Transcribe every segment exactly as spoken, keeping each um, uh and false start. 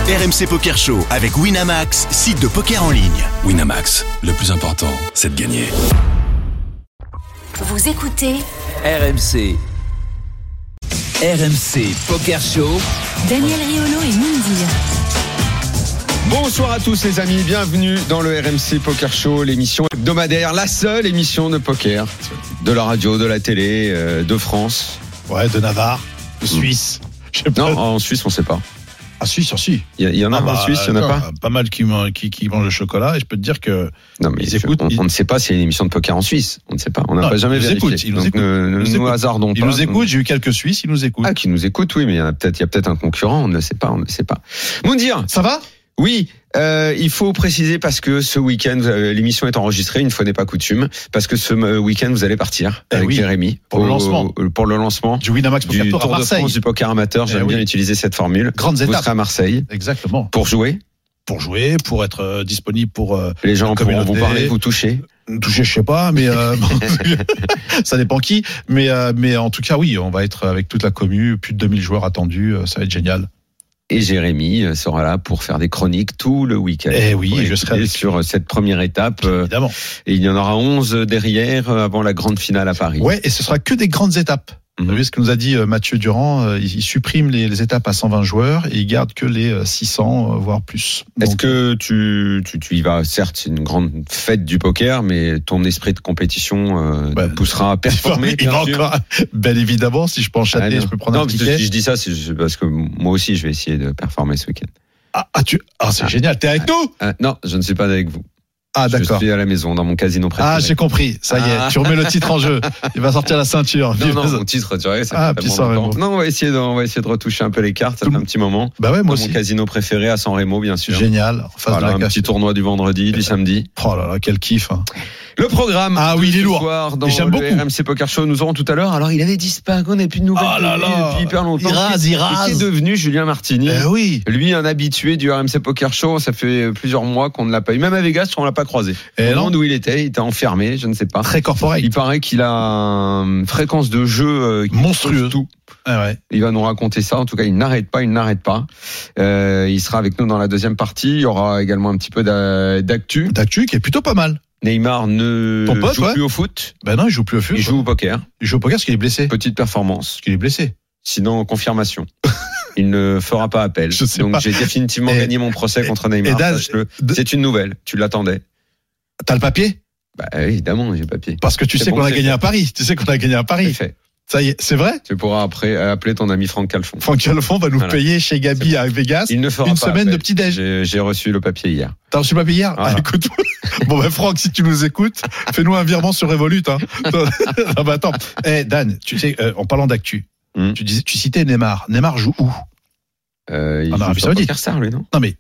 R M C Poker Show avec Winamax, site de poker en ligne. Winamax, le plus important, c'est de gagner. Vous écoutez R M C. R M C Poker Show. Daniel Riolo et Mindy. Bonsoir à tous les amis, bienvenue dans le R M C Poker Show, l'émission hebdomadaire, la seule émission de poker de la radio, de la télé, euh, de France. Ouais, de Navarre, de Suisse. Mmh. Non, en Suisse, on ne sait pas. Ah, Suisse, si. Il y, y en a ah bah, en Suisse, il n'y en a pas. Pas mal qui, qui, qui mangent le chocolat, et je peux te dire que. Non, mais ils je, écoutent, on, ils... on ne sait pas s'il y a une émission de poker en Suisse. On ne sait pas. On n'a pas jamais vérifié. Écoutent, ils nous donc écoutent. ne, ne nous, nous hasardons ils pas. Ils nous écoutent. J'ai eu quelques Suisses, ils nous écoutent. Ah, qui nous écoutent, oui, mais il y en a peut-être, il y a peut-être un concurrent. On ne sait pas. On ne sait pas. Moundir, ça va? Oui. Euh, il faut préciser parce que ce week-end, euh, l'émission est enregistrée, une fois n'est pas coutume, parce que ce euh, week-end vous allez partir eh avec oui, Jérémy pour au, le lancement, au, pour le lancement du Winamax Poker du Tour Tour à de France du poker amateur. J'aime eh bien oui. utiliser cette formule. Grandes vous étapes. Vous serez à Marseille. Exactement. Pour jouer. Pour jouer, pour être euh, disponible pour euh, les gens pourront vous parler, vous toucher. Toucher, je sais pas, mais euh, ça dépend qui. Mais euh, mais en tout cas, oui, on va être avec toute la commu, plus de deux mille joueurs attendus, ça va être génial. Et Jérémy sera là pour faire des chroniques tout le week-end. Eh oui, je serai sur cette première étape. Évidemment. Et il y en aura onze derrière avant la grande finale à Paris. Ouais, et ce sera que des grandes étapes. Vous avez vu ce que nous a dit Mathieu Durand, il supprime les, les étapes à cent vingt joueurs et il garde que les six cents, voire plus. Donc, est-ce que euh, tu, tu, tu y vas? Certes, c'est une grande fête du poker, mais ton esprit de compétition euh, bah, te poussera à performer. Il va encore, bien évidemment, si je peux enchaîner, ah, je peux prendre non, un ticket. Si je dis ça, c'est parce que moi aussi, je vais essayer de performer ce week-end. Ah, ah, tu, ah c'est ah, génial, t'es avec ah, nous? ah, Non, je ne suis pas avec vous. Ah d'accord. Je suis à la maison dans mon casino préféré. Ah j'ai compris, ça y est, ah. tu remets le titre en jeu. Il va sortir la ceinture. Non non, mon titre, tu vois, c'est ah, puis San Remo. Non, on va essayer de, on va essayer de retoucher un peu les cartes. Ça Tout fait un petit moment. Bah ouais, moi dans aussi. Mon casino préféré à San Remo, bien sûr. Génial. En face voilà, de la un cache. petit tournoi du vendredi, du samedi. Oh là là, quel kiff. Hein. Le programme. Ah oui, il est lourd. Soir dans j'aime le beaucoup. R M C Poker Show, nous aurons tout à l'heure. Alors il avait disparu, on n'avait plus de nouvelles oh là là. depuis hyper longtemps. Il rase, il rase. Qui est devenu Julien Martini. Eh oui. Lui, un habitué du R M C Poker Show. Ça fait plusieurs mois qu'on ne l'a pas eu. Même à Vegas, on l'a pas croisé. Et Au monde où il était, il était enfermé, je ne sais pas. Très corporate. Il paraît qu'il a une fréquence de jeu euh, monstrueuse. Tout. Ah ouais. Il va nous raconter ça. En tout cas, il n'arrête pas, il n'arrête pas. Euh, il sera avec nous dans la deuxième partie. Il y aura également un petit peu d'actu. D'actu qui est plutôt pas mal. Neymar ne pote, joue ouais. plus au foot. Ben non, il joue plus au foot. Il joue au poker. Il joue au poker parce qu'il est blessé. Petite performance. Parce qu'il est blessé. Sinon, confirmation. Il ne fera pas appel. Je sais Donc pas. j'ai définitivement et, gagné mon procès et, contre Neymar. Dan, de... C'est une nouvelle. Tu l'attendais. T'as le papier? Bah évidemment, j'ai le papier. Parce que tu c'est sais bon, qu'on a gagné fait. à Paris. Tu sais qu'on a gagné à Paris. C'est fait. Ça y est, c'est vrai? Tu pourras après appeler ton ami Franck Calfon. Franck Calfon va nous voilà. payer chez Gabi à Vegas. Il ne fera une pas semaine appel. de petit déj. J'ai, j'ai reçu le papier hier. T'as reçu le papier hier? Voilà. Ah, écoute. Bon ben Franck, si tu nous écoutes, fais-nous un virement sur Revolut. Hein. ah bah attends. Eh hey, Dan, tu sais, euh, en parlant d'actu, hum. tu disais, tu citais Neymar. Neymar joue où? Euh, il en joue sur PokerStars, lui, non? Non mais.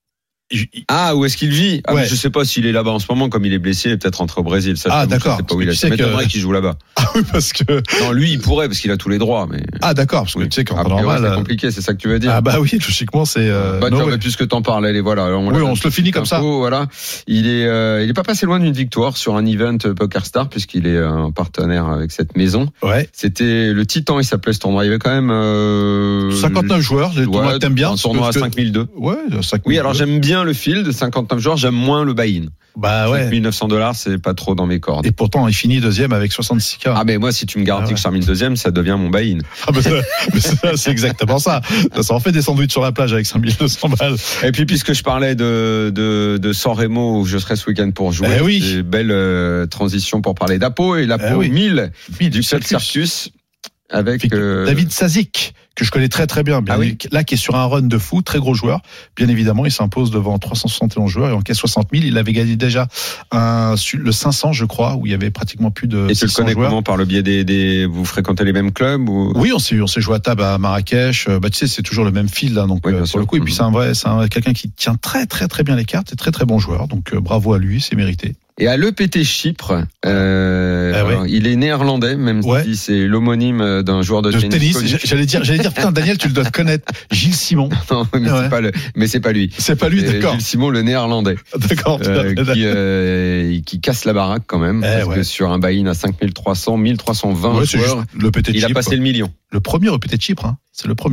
Ah, où est-ce qu'il vit? Ah, ouais. mais je sais pas s'il est là-bas en ce moment, comme il est blessé, il est peut-être rentré au Brésil. Ça, ah, d'accord. Je sais pas où il est. Ça m'étonnerait qu'il joue là-bas. Ah oui, parce que. Non, lui, il pourrait, parce qu'il a tous les droits, mais. Ah, d'accord, parce que oui. tu sais, quand Après, normal. Ouais, c'est compliqué, c'est ça que tu veux dire. Ah, bah oui, logiquement, c'est, euh. Bah, non, tu ouais. puisque t'en parles, allez, voilà. On oui, on se le finit comme ça. Voilà. Il est, euh, il est pas passé loin d'une victoire sur un event PokerStars, puisqu'il est un partenaire avec cette maison. Ouais. C'était le Titan, il s'appelait ce tournoi. Il y avait quand même, euh. cinquante-neuf joueurs, le tournoi que t'aimes bien. Un tournoi à cinq mille deux. Ouais, cinq mille deux. Oui, alors j'aime bien le field, cinquante-neuf joueurs. J'aime moins le buy-in. Bah ouais. cinq mille neuf cents dollars, c'est pas trop dans mes cordes. Et pourtant, il finit deuxième avec soixante-six K. Ah, mais moi, si tu me garantis ah ouais. que je termine deuxième, ça devient mon buy-in. Ah, bah ça, mais ça, c'est exactement ça. Ça en fait des sandwichs sur la plage avec cinq mille deux cents balles. Et puis, puisque je parlais de, de, de San Remo, où je serai ce week-end pour jouer. Eh oui. C'est une belle euh, transition pour parler d'Apo et l'Apo eh oui. mille, mille du Seul Circus. Avec euh... David Sazik, que je connais très très bien, bien ah oui. là qui est sur un run de fou, très gros joueur. Bien évidemment, il s'impose devant trois cent soixante et onze joueurs et encaisse soixante mille. Il avait gagné déjà un, le cinq cents, je crois, où il y avait pratiquement plus de. Et tu le connais joueurs. Comment? Par le biais des, des, vous fréquentez les mêmes clubs ou... Oui, on s'est, on s'est joué à table à Marrakech. Bah tu sais, c'est toujours le même fil là, donc oui, euh, pour sûr. le coup. Et puis c'est un vrai, c'est un, quelqu'un qui tient très très très bien les cartes, et très très bon joueur. Donc euh, bravo à lui, c'est mérité. Et à l'E P T Chypre, euh, ah ouais. alors, il est néerlandais, même ouais. si c'est l'homonyme d'un joueur de, de tennis. tennis j'allais dire, j'allais dire, putain, Daniel, tu le dois connaître. Gilles Simon. Non, mais ouais. c'est pas le, mais c'est pas lui. C'est pas lui, c'est d'accord. Gilles Simon, le néerlandais. D'accord. Euh, qui, euh, qui casse la baraque quand même. Eh parce ouais. que sur un buy-in à cinq mille trois cents, mille trois cent vingt ouais, joueurs, le P T il a passé le million. Le premier E P T de Chypre, hein. C'est le premier.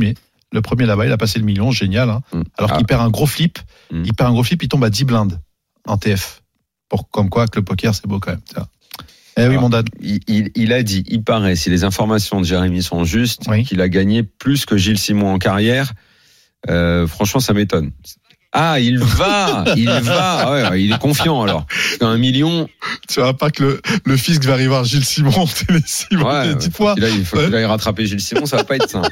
Le premier là-bas, il a passé le million, génial. Hein. Mmh. Alors Ah. qu'il perd un gros flip, Mmh. il perd un gros flip, il tombe à dix blindes en T F. Pour, comme quoi que le poker, c'est beau quand même. Ça. Eh oui, Alors, mon dad. Il, il, il a dit, il paraît, si les informations de Jérémy sont justes, Oui. qu'il a gagné plus que Gilles Simon en carrière. Euh, franchement, ça m'étonne. Ah, il va, il va. Ah ouais, il est confiant alors. Parce qu'un million. Tu vois pas que le, le fisc va arriver à Gilles Simon, Simon Ouais, dis-toi. Là, il faut qu'il aille rattraper Gilles Simon, ça va pas être simple.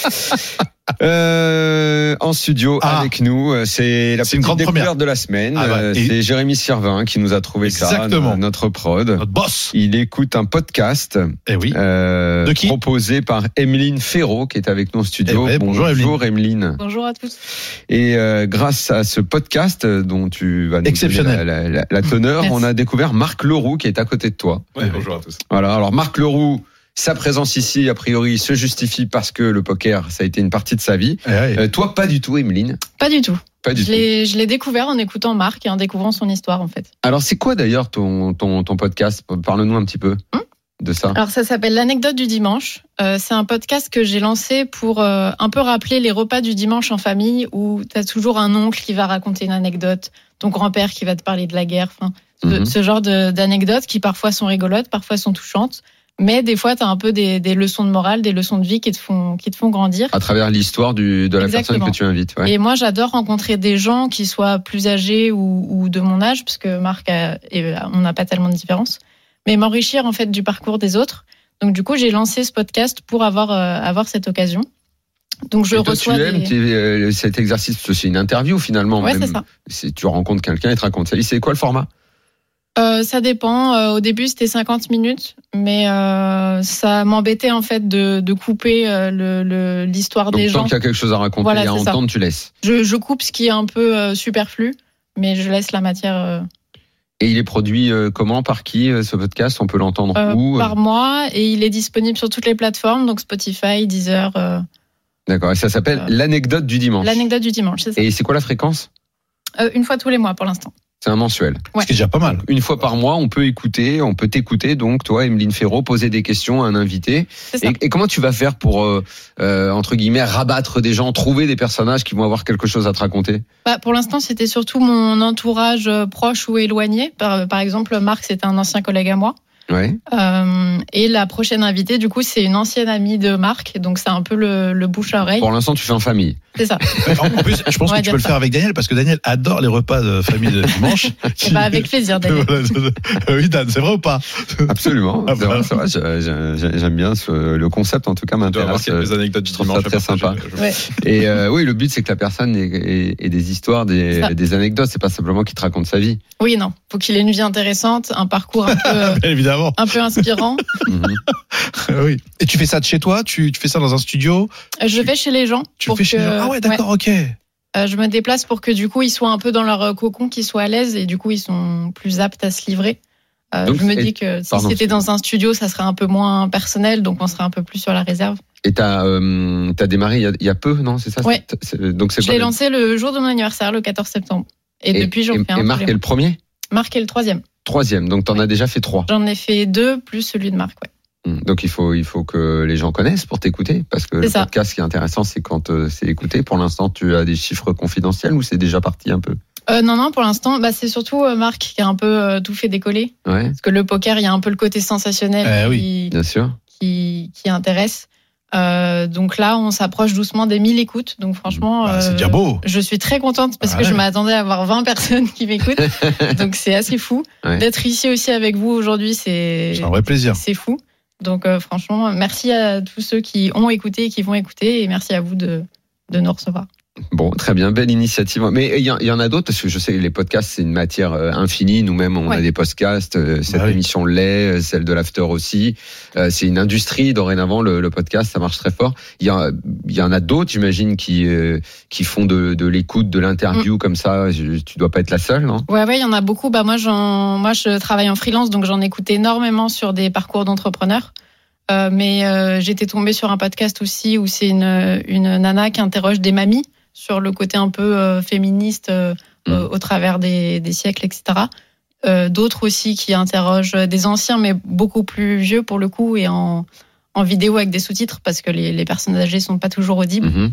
Euh, en studio Ah. avec nous, c'est la C'est une petite grande découverte première. de la semaine. Ah bah, Euh, et- c'est Jérémy Sirvin qui nous a trouvé Exactement. ça, notre prod. Notre boss. Il écoute un podcast Eh oui. euh, De qui proposé par Emeline Ferraud qui est avec nous en studio. Eh ouais, bonjour, bonjour Emeline. Bonjour à tous. Et euh, grâce à ce podcast euh, dont tu vas nous Exceptionnel. donner la, la, la, la teneur, Merci. on a découvert Marc Leroux qui est à côté de toi. Ouais, bonjour à tous. Voilà. Alors Marc Leroux, sa présence ici, a priori, se justifie parce que le poker, ça a été une partie de sa vie. Eh ouais. Euh, toi, pas du tout, Emeline. Pas du tout. Pas du Je tout. l'ai, je l'ai découvert en écoutant Marc et en découvrant son histoire en fait. Alors, c'est quoi d'ailleurs ton, ton, ton podcast? Parle-nous un petit peu Hum de ça. Alors ça s'appelle l'anecdote du dimanche. Euh, c'est un podcast que j'ai lancé pour euh, un peu rappeler les repas du dimanche en famille où tu as toujours un oncle qui va raconter une anecdote, ton grand-père qui va te parler de la guerre, enfin ce, Mhm. ce genre de, d'anecdotes qui parfois sont rigolotes, parfois sont touchantes, mais des fois tu as un peu des, des leçons de morale, des leçons de vie qui te font qui te font grandir. À travers l'histoire du, de la Exactement. personne que tu invites. Ouais. Et moi, j'adore rencontrer des gens qui soient plus âgés ou, ou de mon âge, parce que Marc, a, et on n'a pas tellement de différence, mais m'enrichir en fait du parcours des autres. Donc du coup, j'ai lancé ce podcast pour avoir euh, avoir cette occasion. Donc je Et toi, reçois tu aimes des... tu- euh, cet exercice, parce que c'est une interview finalement. Ouais, même. c'est ça. C'est- Tu rencontres quelqu'un et te raconte sa vie. C'est quoi le format? Euh, ça dépend. Euh, au début, c'était cinquante minutes, mais euh, ça m'embêtait en fait de, de couper euh, le, le, l'histoire Donc des tant gens. qu'il y a quelque chose à raconter Voilà, et à c'est ça. entendre, tu laisses. Je, je coupe ce qui est un peu euh, superflu, mais je laisse la matière euh, Et il est produit euh, comment? Par qui euh, ce podcast? On peut l'entendre euh, où? par mois, et il est disponible sur toutes les plateformes, donc Spotify, Deezer. Euh, D'accord. Et ça s'appelle Euh, l'anecdote du dimanche. l'anecdote du dimanche, c'est ça. Et c'est quoi la fréquence? Euh, une fois tous les mois pour l'instant. C'est un mensuel. Ouais. Ce qui est déjà pas mal. Une fois par mois, on peut écouter, on peut t'écouter, donc toi, Emeline Ferraud, poser des questions à un invité. C'est ça. Et, et comment tu vas faire pour, euh, euh, entre guillemets, rabattre des gens, trouver des personnages qui vont avoir quelque chose à te raconter? Bah, pour l'instant, c'était surtout mon entourage euh, proche ou éloigné. Par, par exemple, Marc, c'était un ancien collègue à moi. Ouais. Euh, et la prochaine invitée, du coup, c'est une ancienne amie de Marc. Donc, c'est un peu le, le bouche à oreille. Pour l'instant, tu fais en famille. C'est ça. En plus, je pense On va que tu dire peux le ça. faire avec Daniel parce que Daniel adore les repas de famille de dimanche. Et bah, avec plaisir, Daniel. Oui, Dan, c'est vrai ou pas? Absolument. Ah, C'est vrai, bah. c'est vrai, j'ai- j'ai- j'aime bien ce, le concept, en tout cas, Tu dois avoir m'intéresse. quelques anecdotes du je trouve dimanche. ça très à partager, sympa. je- Ouais. Et euh, oui, le but, c'est que la personne ait, ait- ait des histoires, des, Ça. des anecdotes. C'est pas simplement qu'il te raconte sa vie. Oui, non. Faut qu'il ait une vie intéressante, un parcours un peu, euh, Bien évidemment. un peu inspirant. Mhm. Oui. Et tu fais ça de chez toi? Tu, tu fais ça dans un studio? Euh, Je vais chez les gens. Tu pour fais chez que- les gens? Ah ouais, d'accord, ok. Euh, je me déplace pour que du coup ils soient un peu dans leur euh, cocon, qu'ils soient à l'aise et du coup ils sont plus aptes à se livrer. Euh, Donc, je me et- dis que si pardon, c'était dans un studio, ça serait un peu moins personnel, donc on serait un peu plus sur la réserve. Et t'as euh, t'as démarré il y, a, il y a peu, non? C'est ça? Ouais. C'est- c'est- donc c'est Je quoi l'ai le- lancé le jour de mon anniversaire, le quatorze septembre. Et, depuis, j'en et, fais un. et tous Marc les est le mois. premier? Marc est le troisième. Troisième. Donc t'en as déjà fait trois. J'en ai fait deux, plus celui de Marc. Ouais. Hum, Donc il faut il faut que les gens connaissent pour t'écouter, parce que C'est le ça. podcast, ce qui est intéressant, c'est quand euh, c'est écouté. Pour l'instant, tu as des chiffres confidentiels ou c'est déjà parti un peu? Euh, non, non, pour l'instant, bah, c'est surtout euh, Marc qui a un peu euh, tout fait décoller. Ouais, Parce que le poker, il y a un peu le côté sensationnel Eh oui, qui, bien sûr. qui, qui intéresse. Euh, donc là, on s'approche doucement des mille écoutes. Donc franchement, Bah, c'est euh, déjà beau. je suis très contente parce Ah que je ouais. m'attendais à avoir vingt personnes qui m'écoutent. Donc c'est assez fou. Ouais. D'être ici aussi avec vous aujourd'hui, c'est C'est un vrai plaisir. c'est fou. Donc euh, franchement, merci à tous ceux qui ont écouté et qui vont écouter, et merci à vous de, de nous recevoir. Bon, très bien, belle initiative. Mais il y, en- il y en a d'autres, parce que je sais que les podcasts, c'est une matière euh, infinie. Nous-mêmes, on Ouais. a des podcasts. euh, Cette Bah oui. émission l'est, euh, celle de l'After aussi. Euh, C'est une industrie dorénavant, le, le podcast, ça marche très fort. Il y, en- il y en a d'autres, j'imagine, qui euh, qui font de, de l'écoute, de l'interview comme ça. Je- Tu dois pas être la seule, non? Ouais, ouais, il y en a beaucoup. Bah moi, j'en, moi, je travaille en freelance, donc j'en écoute énormément sur des parcours d'entrepreneurs. Euh, mais euh, j'étais tombée sur un podcast aussi où c'est une une nana qui interroge des mamies sur le côté un peu euh, féministe euh, Mm. euh, au travers des, des siècles, et cetera. Euh, d'autres aussi qui interrogent des anciens, mais beaucoup plus vieux pour le coup, et en, en vidéo avec des sous-titres, parce que les, les personnes âgées sont pas toujours audibles. Mhm.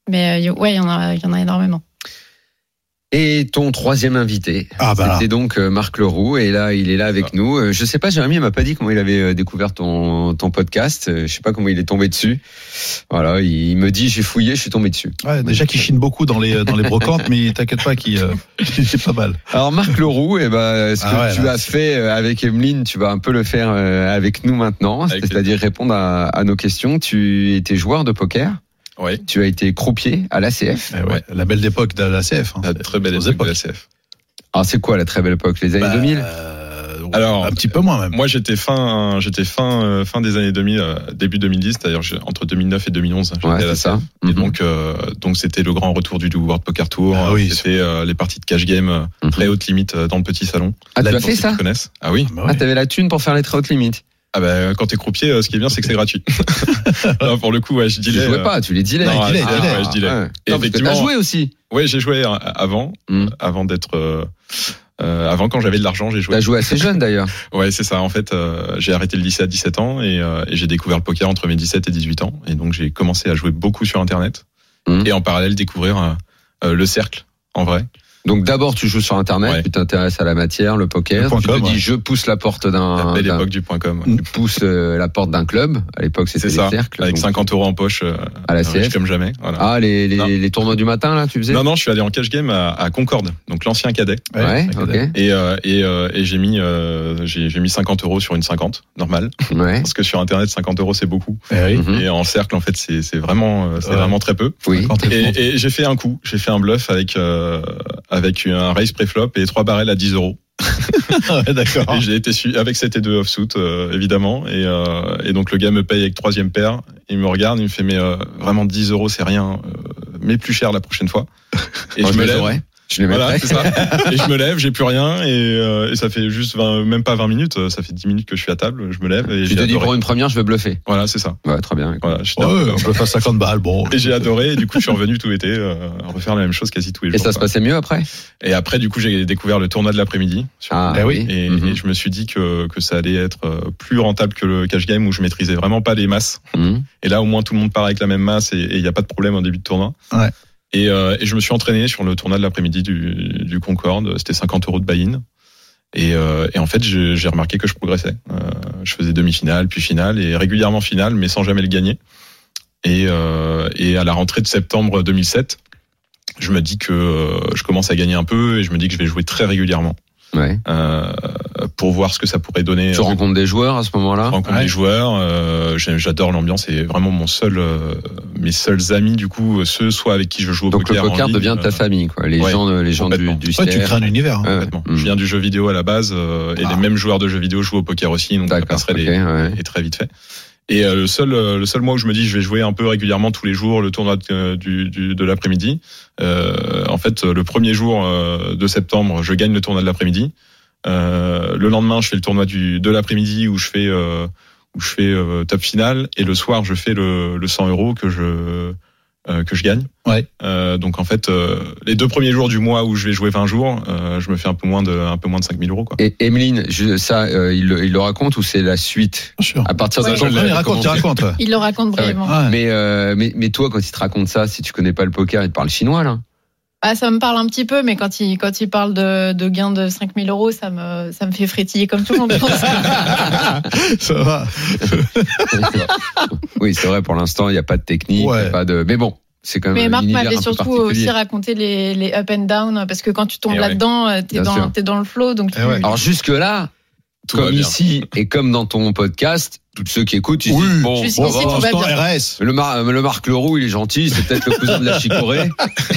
Mais euh, ouais, il y en a, il y en a énormément. Et ton troisième invité, ah bah c'était donc Marc Leroux, et là il est là avec ah. nous. Je sais pas, Jérémy m'a pas dit comment il avait découvert ton ton podcast. Je sais pas comment il est tombé dessus. Voilà, il me dit j'ai fouillé, je suis tombé dessus. Ouais, déjà qu'il chine beaucoup dans les dans les brocantes, mais t'inquiète pas, qu'il euh, c'est pas mal. Alors Marc Leroux, et eh ben ce que ah ouais, tu là, as c'est... fait avec Emeline, tu vas un peu le faire avec nous maintenant, avec c'est-à-dire répondre à, à nos questions. Tu étais joueur de poker. Oui. Tu as été croupier à l'A C F. Eh ouais, la belle époque de l'A C F. Hein. La très belle époque de l'A C F. Alors c'est quoi la très belle époque, les années bah, deux mille euh, Alors un petit peu moins même. Moi j'étais fin, j'étais fin, euh, fin des années deux mille, euh, début deux mille dix, c'est-à-dire entre deux mille neuf et deux mille onze. J'étais ouais, à la c'est ça. Et mm-hmm. donc, euh, donc c'était le grand retour du World Poker Tour. Ah, oui, c'était euh, les parties de cash game euh, mm-hmm. très haute limite euh, dans le petit salon. Ah tu as fait ça? Ah oui. Bah, ouais. Ah t'avais la thune pour faire les très hautes limites. Ah bah, quand t'es croupier, euh, ce qui est bien, c'est que c'est gratuit. Non, pour le coup, ouais, je dilais. Tu jouais euh... pas, tu les dilais. Non, ah, dilais, ah, ouais, je dilais. Ouais. Et non, effectivement, t'as joué aussi. Oui, j'ai joué avant, mm. avant d'être, euh, euh, avant quand j'avais de l'argent, j'ai joué. T'as joué assez jeune d'ailleurs. Ouais, c'est ça. En fait, euh, j'ai arrêté le lycée à dix-sept ans et, euh, et j'ai découvert le poker entre mes dix-sept et dix-huit ans. Et donc j'ai commencé à jouer beaucoup sur Internet mm. et en parallèle découvrir euh, euh, le cercle en vrai. Donc d'abord tu joues sur Internet, ouais. tu t'intéresses à la matière, le poker, le tu com, te dis ouais. je pousse la porte d'un... La belle époque du point com. Ouais. Tu pousses euh, la porte d'un club, à l'époque c'était c'est les cercles. Avec donc, cinquante euros en poche, euh, à la C F comme jamais. Voilà. Ah les, les, les tournois du matin là tu faisais? Non non, je suis allé en cash game à, à Concorde, donc l'ancien cadet. Ouais, ouais ok. Et, euh, et, euh, et j'ai mis, euh, j'ai, j'ai mis cinquante euros sur une cinquante, normal. Ouais. Parce que sur Internet cinquante euros c'est beaucoup. Et, oui. mm-hmm. et en cercle en fait c'est, c'est vraiment, c'est ouais. vraiment très peu. Oui. Et, et j'ai fait un coup, j'ai fait un bluff avec, euh, avec un raise préflop et trois barrels à dix euros. Ouais, d'accord. Et j'ai été su avec sept et deux offsuit, euh, évidemment. Et, euh, et donc le gars me paye avec troisième paire. Il me regarde, il me fait mais euh, vraiment dix euros c'est rien, euh, mais plus cher la prochaine fois. Et Moi, je, je me lève. Aurais. Je les voilà, c'est ça. Et je me lève, j'ai plus rien et, euh, et ça fait juste vingt, même pas vingt minutes, ça fait dix minutes que je suis à table, je me lève et tu j'ai te adoré. dis pour une première, je vais bluffer. Voilà, c'est ça. Ouais, très bien. Voilà, ouais, ouais, on peut faire cinquante balles, bon. Et j'ai adoré et du coup, je suis revenu tout l'été euh, refaire la même chose quasi tous les jours. Et ça se passait mieux après? Et après, du coup, j'ai découvert le tournoi de l'après-midi. Ah, eh oui. Et, mm-hmm. et je me suis dit que que ça allait être plus rentable que le cash game où je maîtrisais vraiment pas les masses. Mm-hmm. Et là, au moins, tout le monde part avec la même masse et il y a pas de problème en début de tournoi. Ouais. Et, euh, et je me suis entraîné sur le tournoi de l'après-midi du, du Concorde. C'était cinquante euros de buy-in. Et, euh, et en fait, j'ai, j'ai remarqué que je progressais. Euh, je faisais demi-finale, puis finale, et régulièrement finale, mais sans jamais le gagner. Et, euh, et à la rentrée de septembre deux mille sept, je me dis que euh, je commence à gagner un peu et je me dis que je vais jouer très régulièrement. Ouais. Euh, pour voir ce que ça pourrait donner. Tu rencontres des joueurs à ce moment-là? Je rencontre ouais. des joueurs. Euh, j'adore l'ambiance. C'est vraiment mon seul, euh, mes seuls amis du coup, ceux soit avec qui je joue au Donc poker. Donc le poker en ligne, devient ta famille, quoi. Les ouais, gens, les gens du, du ouais, tu crées un univers. Hein. Complètement. Ouais. Je viens du jeu vidéo à la base euh, et ah. les mêmes joueurs de jeux vidéo jouent au poker aussi. Donc la passerelle okay, est, ouais. est très vite fait. Et euh, le seul, euh, le seul mois où je me dis je vais jouer un peu régulièrement tous les jours le tournoi de, du, du, de l'après-midi. Euh, en fait, le premier jour euh, de septembre, je gagne le tournoi de l'après-midi. Euh, le lendemain, je fais le tournoi du de l'après-midi où je fais euh, où je fais euh, top finale et le soir, je fais le, le cent euros que je euh, que je gagne. Ouais. Euh, donc en fait, euh, les deux premiers jours du mois où je vais jouer vingt jours, euh, je me fais un peu moins de un peu moins de cinq mille euros quoi. Et Emeline, je, ça, euh, il, il le raconte ou c'est la suite? Bien sûr. À partir ouais, de quand il raconte, il raconte. Il le raconte brièvement. Ah ouais. Mais euh, mais mais toi, quand il te raconte ça, si tu connais pas le poker, il te parle chinois là? Ah, ça me parle un petit peu, mais quand il, quand il parle de, de gains de cinq mille euros, ça me, ça me fait frétiller comme tout le monde. Ça va. Oui, c'est vrai, pour l'instant, il n'y a pas de technique, ouais. y a pas de, mais bon. C'est quand même mais Marc m'avait un surtout aussi raconté les, les up and down, parce que quand tu tombes et là-dedans, ouais. t'es, dans, t'es dans le flow. Donc tu... ouais. Alors jusque-là, tout comme ici et comme dans ton podcast, tous ceux qui écoutent, ils oui. disent bon, Jusqu'ici, bon, tout va bien. R S. Le, Mar- le Marc Leroux, il est gentil, c'est peut-être le cousin de la chicorée.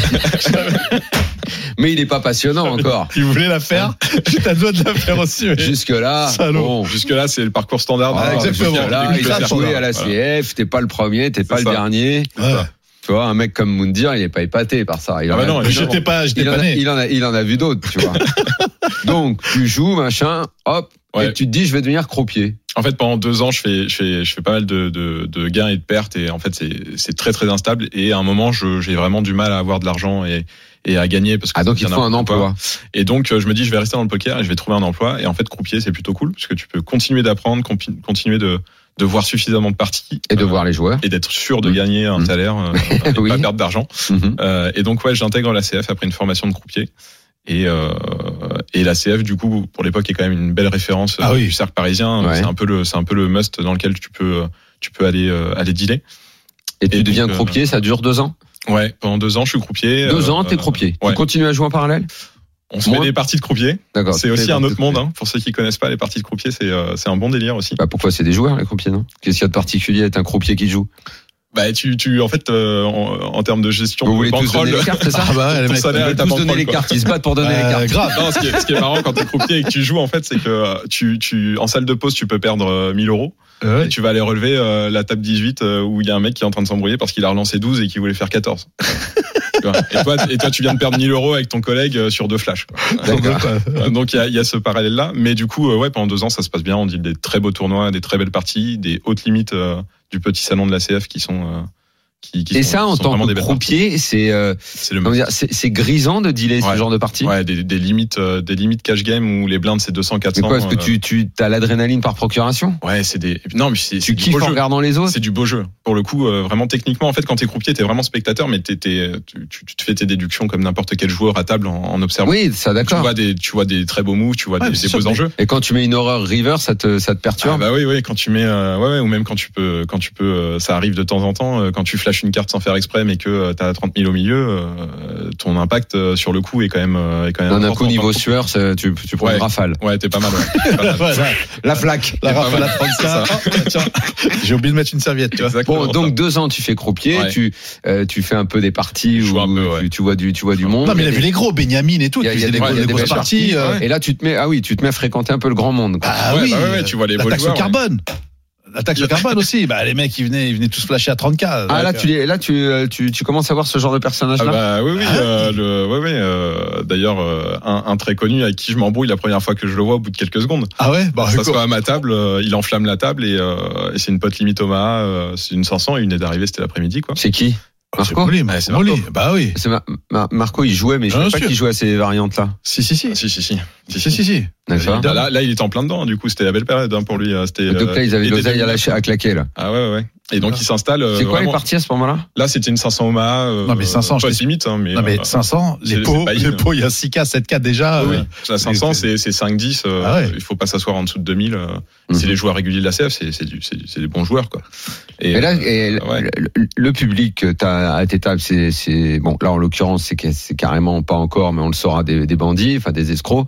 Mais il est pas passionnant encore. Tu voulais la faire? J'étais à deux de la faire aussi. Mais... Jusque-là, bon. Jusque-là, c'est le parcours standard. Ah, exactement. Jusque-là, il a joué à la C F, t'es pas le premier, t'es pas le dernier. Tu vois, un mec comme Moundir, il est pas épaté par ça. Il ah en bah a, non, j'étais pas, j'étais il, pas en a, né. il en a, il en a vu d'autres, tu vois. Donc, tu joues, machin, hop, ouais. Et tu te dis, je vais devenir croupier. En fait, pendant deux ans, je fais, je fais, je fais pas mal de, de, de gains et de pertes, et en fait, c'est, c'est très, très instable. Et à un moment, je, j'ai vraiment du mal à avoir de l'argent et, et à gagner parce que ah donc il faut un emploi. Et donc, je me dis, je vais rester dans le poker et je vais trouver un emploi. Et en fait, croupier, c'est plutôt cool parce que tu peux continuer d'apprendre, continuer de de voir suffisamment de parties et de euh, voir les joueurs et d'être sûr de mmh. gagner un salaire euh, et oui. pas perdre d'argent. Mmh. Euh, et donc ouais, j'intègre l'A C F après une formation de croupier. Et, euh, et l'A C F, du coup, pour l'époque, est quand même une belle référence ah oui. du cercle parisien. Ouais. C'est un peu le, c'est un peu le must dans lequel tu peux, tu peux aller, euh, aller dealer. Et, et tu donc, deviens euh, croupier, ça dure deux ans. Ouais, pendant deux ans, je suis croupier. Deux euh, ans, t'es croupier. Ouais. Tu continues à jouer en parallèle. On se Moi fait des parties de croupier. D'accord. C'est aussi un autre monde, hein. Pour ceux qui connaissent pas les parties de croupier, c'est, euh, c'est un bon délire aussi. Bah pourquoi c'est des joueurs les croupiers, non? Qu'est-ce qu'il y a de particulier à être un croupier qui joue? Bah tu, tu, en fait, euh, en, en termes de gestion, Vous de voulez tous bankroll, donner les cartes, c'est ça? Ah bah, ouais, les ton mecs, salaire Ils est ta veulent tous donner bankroll, les quoi. cartes, ils se battent pour donner les Euh, cartes. grave. Non, ce qui est, ce qui est marrant quand t'es croupier et que tu joues, en fait, c'est que tu, tu, en salle de pause, tu peux perdre euh, mille euros. Ouais. Et tu vas aller relever euh, la table dix-huit euh, où il y a un mec qui est en train de s'embrouiller parce qu'il a relancé douze et qu'il voulait faire quatorze. Tu vois. Et toi, et toi, tu viens de perdre mille euros avec ton collègue euh, sur deux flashs, quoi. D'accord. Euh, Donc il y a, il y a ce parallèle-là, mais du coup, euh, ouais, pendant deux ans, ça se passe bien. On dit des très beaux tournois, des très belles parties, des hautes limites euh, du petit salon de l'A C F qui sont euh, qui, qui Et sont, ça, en sont tant vraiment que des belles croupier, c'est euh, parties. C'est le comment dire, c'est c'est grisant de dealer ce Ouais. genre de partie. ouais, des, des limites, euh, des limites cash game où les blindes c'est deux cents, quatre C'est cents. quoi? Est-ce que euh, tu tu as l'adrénaline par procuration? Ouais, c'est des. Non, mais c'est, c'est Tu du kiffes beau en jeu. regardant les autres? C'est du beau jeu. Pour le coup, euh, vraiment techniquement, en fait, quand t'es croupier, t'es vraiment spectateur, mais t'es, t'es, tu, tu, tu te fais tes déductions comme n'importe quel joueur à table en, en observant. Oui, ça Tu d'accord. vois des, tu vois des très beaux moves, tu vois Ouais, des, c'est des sûr, beaux mais- enjeux. Et quand tu mets une horreur river, ça te ça te Ah perturbe? bah oui, oui, quand tu mets, euh, ouais, ouais, ou même quand tu peux, quand tu peux, euh, ça arrive de temps en temps, euh, quand tu flashes une carte sans faire exprès, mais que euh, t'as trente mille au milieu, euh, ton impact euh, sur le coup est quand même, euh, est quand même. D'un important. coup niveau sueur, ça- tu tu prends Ouais. une rafale. Ouais, t'es pas mal. Ouais. T'es pas mal. Voilà. La flaque. La pas rafale mal. à trente-quatre. Oh, tiens, j'ai oublié de mettre une serviette, tu vois. Exactement. Bon, donc deux ans, tu fais croupier, Ouais. tu euh, tu fais un peu des parties Je joue où un peu, ouais. tu, tu vois du tu vois du monde. Non, mais il a Et- vu les gros, Benjamin et tout. Il y a- tu il y a faisais des- les ouais, il y a grosses- des grosses belles parties. euh, Et là, tu te mets ah oui, tu te mets à fréquenter un peu le grand monde, quoi. Ah Ouais, oui, bah ouais, ouais, tu vois les la beaux taxe joueurs, au carbone. La taxe au Il y a- carbone aussi. Bah, les mecs, ils venaient, ils venaient tous flasher à trente K. Ah là, tu les, là tu, euh, tu tu commences à voir ce genre de personnage Ah là. bah oui oui Ah euh, le ouais ouais euh, d'ailleurs euh, un, un très connu avec qui je m'embrouille la première fois que je le vois au bout de quelques secondes. Ah ouais, bah, Ça écoute. soit à ma table, euh, il enflamme la table et, euh, et c'est une pote limite Omaha, euh, c'est une cinq cents et une est d'arrivée, c'était l'après-midi quoi. C'est qui? Ah, c'est Marco. Molly, Ouais, c'est Molly. Marco. Bah oui. C'est Mar- Mar- Marco, il jouait, mais je Bien savais pas sûr. qu'il jouait à ces variantes là. Si, si, si. Ah, si si si. Si, si, si. si. D'accord. Là, là, là, il était en plein dedans. Du coup, c'était la belle période hein, pour lui. euh, C'était. Donc là, ils avaient de l'été l'oseille à deux mille neuf. lâcher, à claquer là. Ah ouais ouais. ouais. Et donc Ah. il s'installe. euh, C'est quoi les vraiment- parties à ce moment-là? Là, c'était une cinq cents Omaha. Euh, Non, mais cinq cents, je pas t'ai- limite, hein, mais. Non, mais euh, cinq cents, c'est- les pots, c'est pas les in. pots, il y a six K, sept K déjà. oui, euh, la cinq cents, c'est c'est cinq dix. Euh, Ah ouais. Il faut pas s'asseoir en dessous de deux mille. Euh, Mhm. C'est les joueurs réguliers de la C F, c'est c'est du- c'est c'est des bons joueurs quoi. Et là, euh, et ouais. le, le public que t'as à tes tables, c'est, c'est bon. Là, en l'occurrence, c'est, que- c'est carrément pas encore, mais on le saura des, des bandits, enfin des escrocs.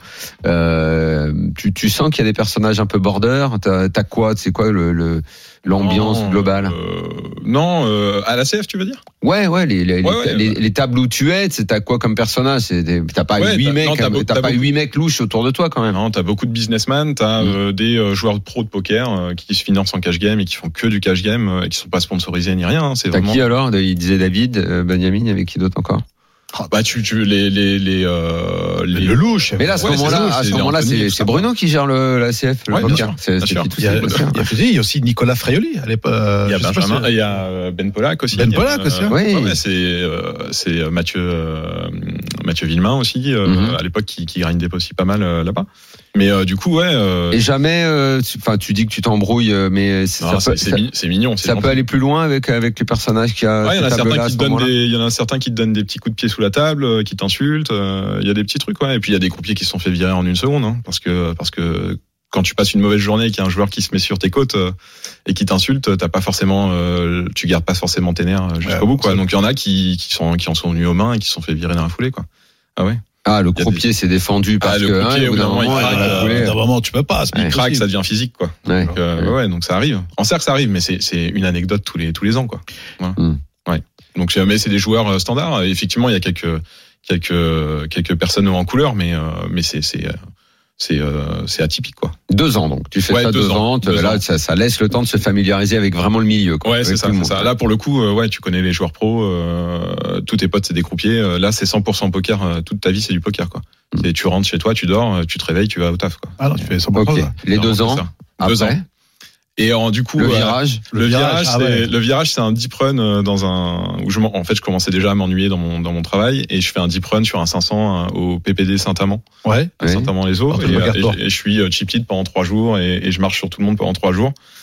Euh, tu, tu sens qu'il y a des personnages un peu border. T'as, t'as quoi? C'est quoi le, le l'ambiance Non, globale? euh, Non, euh, à la C F, tu veux dire? Ouais, ouais. Les, les, Ouais, les, ouais, les, ouais. les tables où tu es, c'est t'as quoi comme personnage? C'est des, t'as pas Ouais, huit t'as- mecs, non, t'as t'as, beau- pas t'as beaucoup- huit mecs louches autour de toi quand même. Non, t'as beaucoup de businessmen, t'as Mm. euh, des euh, joueurs pro de poker euh, qui se financent en cash game et qui font que du cash game euh, et qui sont pas sponsorisés ni rien. hein, C'est T'as vraiment. qui alors? Il disait David, euh, Benjamin, avec qui d'autre encore? Bah tu tu les les les euh, les. Le louche. Mais là, à ce Ouais, c'est moment-là, ça, à ce c'est moment-là, Anthony, c'est, tout c'est ça. Bruno qui gère le, la C F, le Ouais, bien poker. sûr, C'est, bien c'est sûr. qui tout Il y, a, seul, il, bien sûr. y a, il y a aussi Nicolas Fraioli à l'époque. euh, Il y a je sais pas Benjamin, si- il y a euh, Ben Pollack aussi. Ben il y a, Pollack aussi, hein. Oui. ouais, ouais, c'est euh, c'est Mathieu euh, Mathieu Villemain aussi euh, Mhm. à l'époque qui qui grindait aussi pas mal euh, là-bas. Mais euh, du coup ouais. Euh, Et jamais, euh, tu- enfin, tu dis que tu t'embrouilles, euh, mais c'est- non, ça, peut, c'est c'est ça- mi- c'est mignon. c'est ça gentil. peut aller plus loin avec avec les personnages qu'il y a. Ouais, il y en a ces certains tables-là à qui ce te donnent moment-là. des, il y en a certains qui te donnent des petits coups de pied sous la table, euh, qui t'insultent. euh, Il y a des petits trucs, ouais. Et puis il y a des croupiers qui se sont fait virer en une seconde, hein, parce que parce que quand tu passes une mauvaise journée et qu'il y a un joueur qui se met sur tes côtes euh, et qui t'insulte, t'as pas forcément, euh, tu gardes pas forcément tes nerfs euh, jusqu'au Ouais, bout, quoi. c'est- Donc il y en a qui qui sont qui en sont venus aux mains et qui se sont fait virer dans la foulée, quoi. Ah ouais. Ah, le y a croupier s'est défendu parce Ah, le que hein, croupier, au bout d'un moment, il il va la Euh, foulée. D'un moment, tu peux pas. c'est Ouais. pas Il craque, possible. ça devient physique, quoi. Ouais. Donc, euh, ouais, donc ça arrive. En cercle, ça arrive, mais c'est c'est une anecdote tous les tous les ans, quoi. Voilà. Mm. Ouais. Donc mais c'est des joueurs euh, standards. Effectivement, il y a quelques quelques quelques personnes en couleur, mais euh, mais c'est c'est euh, c'est euh, c'est atypique, quoi. Deux ans, donc. Tu fais Ouais, ça deux deux ans. ans. Deux là, ans. Ça, ça laisse le temps de se familiariser avec vraiment le milieu, quoi. Ouais, Avec c'est ça, tout le c'est monde. ça. Là, pour le coup, euh, ouais, tu connais les joueurs pros, euh, tous tes potes, c'est des croupiers. Euh, Là, c'est cent pour cent poker. euh, toute ta vie, c'est du poker, quoi. Mm. C'est, tu rentres chez toi, tu dors, euh, tu te réveilles, tu vas au taf, quoi. Ah non, tu fais ça pour Ok. ça. Les Non, deux c'est ans. ça. Deux Après, ans. Et en, du coup, le euh, virage. Le, Le virage, virage, ah c'est ouais. le virage, c'est un deep run euh, dans un où je m'en- en fait je commençais déjà à m'ennuyer dans mon dans mon travail et je fais un deep run sur un cinq cents euh, au P P D Saint-Amand, Ouais. à Oui. Saint-Amand-les-Eaux Alors, et, tu le euh, regardes et pas. je- et je suis euh, chip lead pendant trois jours et, et je marche sur tout le monde pendant trois jours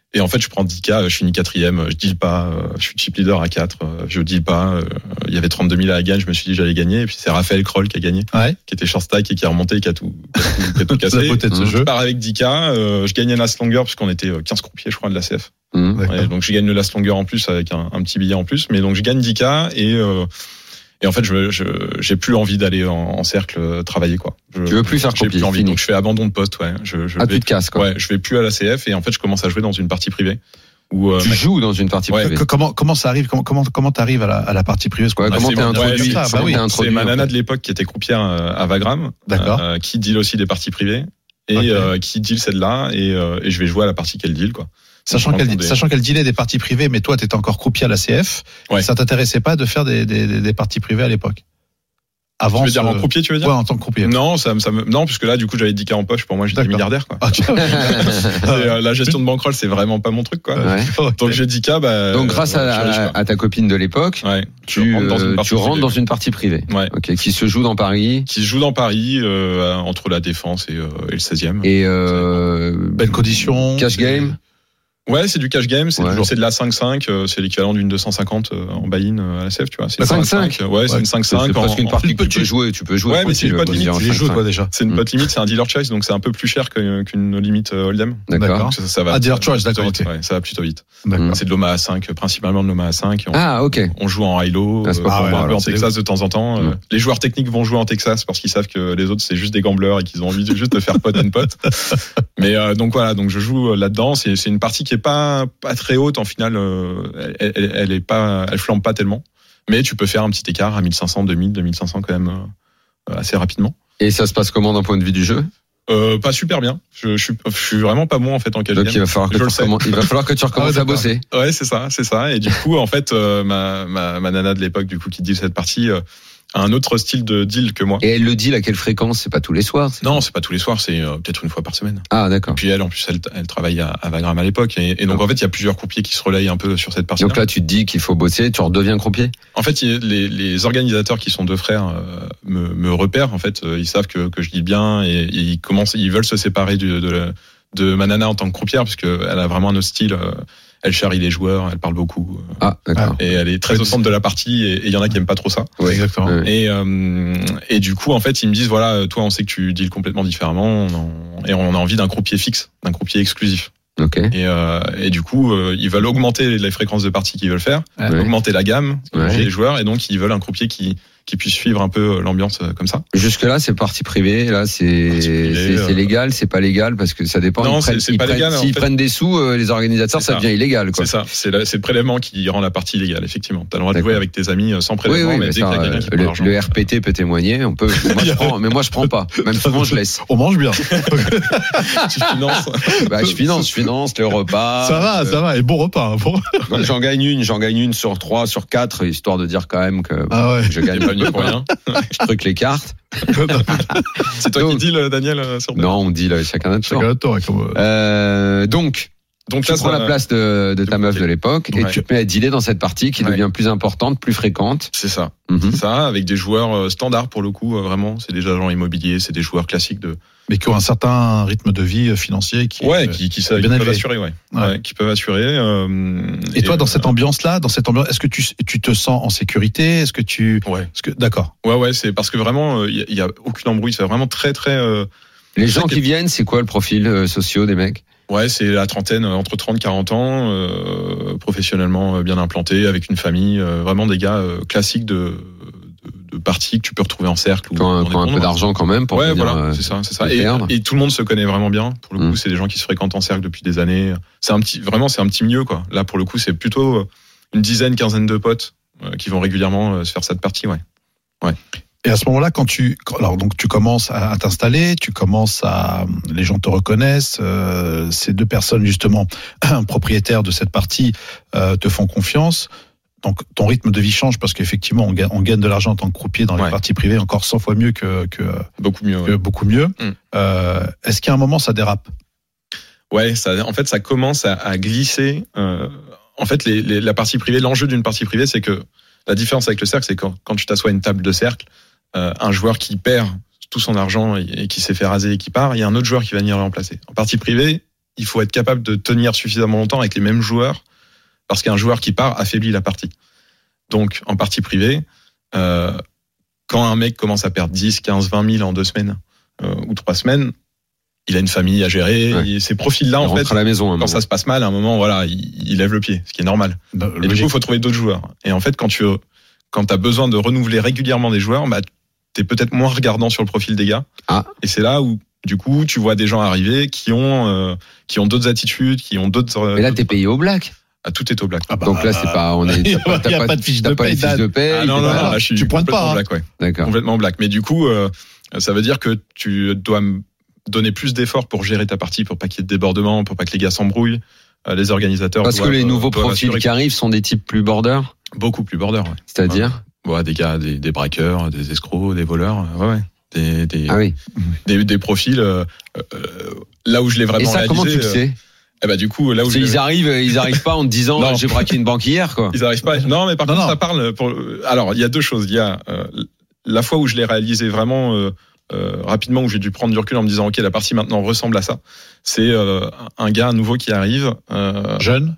Et en fait, je prends dix K, je finis quatrième, je deal pas, je suis chip leader à quatre, je deal pas. Il y avait trente-deux mille à la gagne, je me suis dit j'allais gagner. Et puis c'est Raphaël Kroll qui a gagné, ouais. qui était short stack et qui a remonté, et qui a tout, qui a tout, qui a tout cassé. Peut-être ce je jeu. pars avec dix K, euh, je gagne un last longer puisqu'on était quinze croupiers, je crois, de la C F. Mmh. Ouais, donc je gagne le last longer en plus avec un, un petit billet en plus. Mais donc je gagne dix K et euh, et en fait, je, je j'ai plus envie d'aller en, en cercle travailler quoi. Je, Tu veux plus faire j'ai croupier, plus envie, fini. donc je fais abandon de poste, ouais. Je, je Ah, vais, tu te casses, quoi. Ouais, je vais plus à la C F et en fait, je commence à jouer dans une partie privée. Où, euh, Tu joues dans une partie Ouais, privée. Que- Comment comment ça arrive comment comment comment t'arrives à la à la partie privée? Parce qu'on Ouais, a- comment c'est- t'es on a introduit, vu ça, c'est- bah oui. t'es c'est introduit, ma en nana fait. de l'époque qui était croupière euh, à Vagram, D'accord. euh, qui deal aussi des parties privées et Ok. euh, qui deal celle-là et, euh, et je vais jouer à la partie qu'elle deal quoi. Sachant Je qu'elle prends des- sachant qu'elle dealait des parties privées, mais toi t'étais encore croupier à la C F. Ouais. Ça t'intéressait pas de faire des des, des, des parties privées à l'époque? Avant. Tu veux dire ce- en croupier, tu veux dire Ouais, en tant que croupier. Non, ça, me- ça me, non, puisque là, du coup, j'avais dix K en poche. Pour moi, j'étais D'accord. milliardaire, quoi. Ah, tu- C'est, euh, la gestion de bankroll, c'est vraiment pas mon truc, quoi. Ouais. Ok. Donc j'ai dix K, bah. Donc grâce ouais, à, je suis riche, à, quoi. à ta copine de l'époque, Ouais. tu, Je rentre dans une euh, partie tu rentres privée. dans une partie privée. Ouais. Ok, qui se joue dans Paris. Qui se joue dans Paris, euh, entre la Défense et, euh, et le seizième. Et euh, Belle condition. cash c'est- game. Ouais, c'est du cash game, c'est, Ouais. du- c'est de la cinq cinq, euh, c'est l'équivalent d'une deux cent cinquante euh, en buy-in euh, à la C F, tu vois. C'est La cinq cinq-cinq. Ouais, c'est Ouais. une cinq cinq. C'est en- presque une en- partie que tu petit. peux jouer. Tu peux jouer. Ouais, mais c'est tranquille, une pote on peut limite, dire en Tu les joues cinq-cinq. toi déjà. C'est une pote limite, c'est un dealer choice, donc c'est un peu plus cher que- qu'une limite euh, Hold'em. D'accord. Donc ça, ça va. Ah, dealer ça va choice, plutôt d'accord, vite, ok. ouais, ça va plutôt vite. D'accord. C'est de l'O M A A cinq, principalement de l'O M A A cinq. et on- Ah, ok. On joue en high-low, Ah, c'est pas euh, pour on moi, va un peu alors, en c'est Texas de temps en temps. Mm. Euh, Les joueurs techniques vont jouer en Texas parce qu'ils savent que les autres c'est juste des gamblers et qu'ils ont envie de juste de faire pote and pote. Mais euh, donc voilà, donc je joue là-dedans. C'est, c'est une partie qui est pas pas très haute en finale. euh, elle, elle, elle est pas, elle flambe pas tellement. Mais tu peux faire un petit écart à mille cinq cents, deux mille, deux mille cinq cents quand même euh, assez rapidement. Et ça se passe comment d'un point de vue du jeu? Euh, pas super bien. Je, je suis, je suis vraiment pas bon en fait en cash Donc game. il va falloir que Je tu le sais. recommences, il va falloir que tu recommences Ah, à bosser. Ouais, c'est ça, c'est ça. Et du coup, en fait, euh, ma, ma, ma nana de l'époque, du coup, qui deal cette partie, euh, a un autre style de deal que moi. Et elle le dit à quelle fréquence? C'est pas tous les soirs. c'est- Non, c'est pas tous les soirs, c'est euh, peut-être une fois par semaine. Ah, d'accord. Et puis elle, en plus, elle, elle travaille à, à Vagram à l'époque. Et, et donc, en fait, il y a plusieurs croupiers qui se relayent un peu sur cette partie. Donc là, tu te dis qu'il faut bosser, tu redeviens croupier. En fait, il y a les, les organisateurs qui sont deux frères euh, me, me repèrent. En fait, euh, ils savent que, que je dis bien et, et ils commencent, ils veulent se séparer du, de, la- de ma nana en tant que croupière parce qu'elle a vraiment un autre style. euh, Elle charrie les joueurs, elle parle beaucoup. euh, Ah, d'accord. Et elle est très au centre de la partie et il y en a qui aiment pas trop ça. Ouais. Exactement. Ouais. Et, euh, et du coup, en fait, ils me disent, voilà, toi, on sait que tu deals complètement différemment on en- et on a envie d'un croupier fixe, d'un croupier exclusif. Ok. Et, euh, et du coup, euh, ils veulent augmenter les fréquences de parties qu'ils veulent faire, Ouais. augmenter la gamme Ouais. des joueurs, et donc ils veulent un croupier qui, qui puisse suivre un peu l'ambiance euh, comme ça. Jusque là, c'est partie privée. Là, c'est Partie privée, c'est c'est euh. légal, c'est pas légal parce que ça dépend. Non, ils prennent, c'est- c'est ils pas prennent- légal, en S'ils fait. prennent des sous, euh, les organisateurs, C'est ça ça. devient illégal, quoi. C'est ça, c'est, la- c'est le prélèvement qui rend la partie illégale, effectivement. T'as le droit de D'accord. jouer avec tes amis euh, sans Oui, prélèvement, oui, mais mais dès ça, que t'as quelqu'un euh, qui prend le, l'argent. le R P T peut témoigner. On peut. Moi, je prends, mais moi, je prends pas. Même souvent, je laisse. On mange bien. Tu finances. Bah, je finance, je finance le repas. Ça va, Euh, ça va. Et bon repas. hein, Bon. donc, j'en gagne une, j'en gagne une sur trois, sur quatre, histoire de dire quand même que Ah ouais. je gagne Pas mieux pour rien. je truc les cartes. C'est toi Donc- qui deal, Daniel, euh, sur Non, on dit là, chacun notre tour. Chacun notre tour, ouais, comme, euh, Euh, donc, Donc tu là, prends ça- la place de, de ta meuf de l'époque et Ouais. tu te mets à dealer dans cette partie qui Ouais. devient plus importante, plus fréquente. C'est ça. Mhm. C'est ça, avec des joueurs euh, standards pour le coup, euh, vraiment. C'est des agents immobiliers, c'est des joueurs classiques de. mais qui ont un certain rythme de vie euh, financier qui. Ouais, euh, qui, qui, savent- bien qui peuvent élevé. assurer, ouais. Ouais. Ouais, qui peuvent assurer. euh, Et toi, dans cette euh, ambiance-là, dans cette ambiance, est-ce que tu, tu te sens en sécurité? Est-ce que tu, Ouais. est-ce que, d'accord. Ouais, ouais, c'est parce que vraiment, il y, y a aucune embrouille. C'est vraiment très, très. euh, Les C'est gens ça qui qui est- viennent, c'est quoi le profil euh, socio des mecs? Ouais, c'est la trentaine, euh, entre trente et quarante ans, euh, professionnellement euh, bien implanté, avec une famille, euh, vraiment des gars euh, classiques de, de, de parties que tu peux retrouver en cercle. Ou Qui ont, dans qui des ont un peu tournois. d'argent quand même pour Ouais, venir, voilà, euh, c'est ça, c'est ça. les Et, perdre. et tout le monde se connaît vraiment bien. Pour le coup, Mm. c'est des gens qui se fréquentent en cercle depuis des années. C'est un petit, vraiment, c'est un petit milieu, quoi. Là, pour le coup, c'est plutôt euh, une dizaine, quinzaine de potes euh, qui vont régulièrement euh, se faire cette partie, ouais. Et à ce moment-là, quand tu, quand- alors donc tu commences à, à t'installer, tu commences à, les gens te reconnaissent, euh, ces deux personnes justement propriétaires de cette partie euh, te font confiance. Donc ton rythme de vie change parce qu'effectivement on gagne, on gagne de l'argent en tant que croupier dans les Ouais. parties privées encore cent fois mieux que, que, Beaucoup mieux. que Ouais, beaucoup mieux. Mm. Euh, est-ce qu'à un moment ça dérape? ouais ça, en fait, ça commence à, à glisser. Euh, en fait, les, les, la partie privée, l'enjeu d'une partie privée, c'est que la différence avec le cercle, c'est quand, quand tu t'assois à une table de cercle, euh, un joueur qui perd tout son argent et, et qui s'est fait raser et qui part, il y a un autre joueur qui va venir le remplacer. En partie privée, il faut être capable de tenir suffisamment longtemps avec les mêmes joueurs, parce qu'un joueur qui part affaiblit la partie. Donc, en partie privée, euh, quand un mec commence à perdre dix, quinze, vingt mille en deux semaines euh, ou trois semaines, il a une famille à gérer. Ouais. Et ces profils-là, il en fait, à la maison, quand ça se passe mal, à un moment, voilà, il, il lève le pied, ce qui est normal. Bah, et logique. Du coup, il faut trouver d'autres joueurs. Et en fait, quand tu quand as besoin de renouveler régulièrement des joueurs, bah, t'es peut-être moins regardant sur le profil des gars. Ah. Et c'est là où, du coup, tu vois des gens arriver qui ont euh, qui ont d'autres attitudes, qui ont d'autres. Mais là, t'es payé au black. Ah, tout est au black. Ah bah, donc là, c'est pas, on est, t'as pas, t'as y a pas, pas de fiche de paye. Pas de paye. Ah non, non, non, là, je suis tu pointes pas. Black, ouais. D'accord. Complètement black. Mais du coup, euh, ça veut dire que tu dois donner plus d'efforts pour gérer ta partie, pour pas qu'il y ait de débordement, pour pas que les gars s'embrouillent. Euh, les organisateurs. Parce doivent, que les nouveaux doivent profils qui arrivent sont des types plus border. Beaucoup plus border, ouais. C'est-à-dire? Ouais, ouais, des gars, des, des braqueurs, des escrocs, des voleurs. Ouais, ouais. Des, des, ah oui. des, des profils, euh, euh, là où je l'ai vraiment réalisé. Et ça, réalisé, comment tu le sais? euh, Eh bah du coup là où ils arrivent ils arrivent pas en te disant non. J'ai braqué une banque hier quoi. Ils arrivent pas. Non mais par non, contre non. ça parle pour alors il y a deux choses, il y a euh, la fois où je l'ai réalisé vraiment euh, euh, rapidement où j'ai dû prendre du recul en me disant OK la partie maintenant ressemble à ça. C'est euh, un gars nouveau qui arrive euh, jeune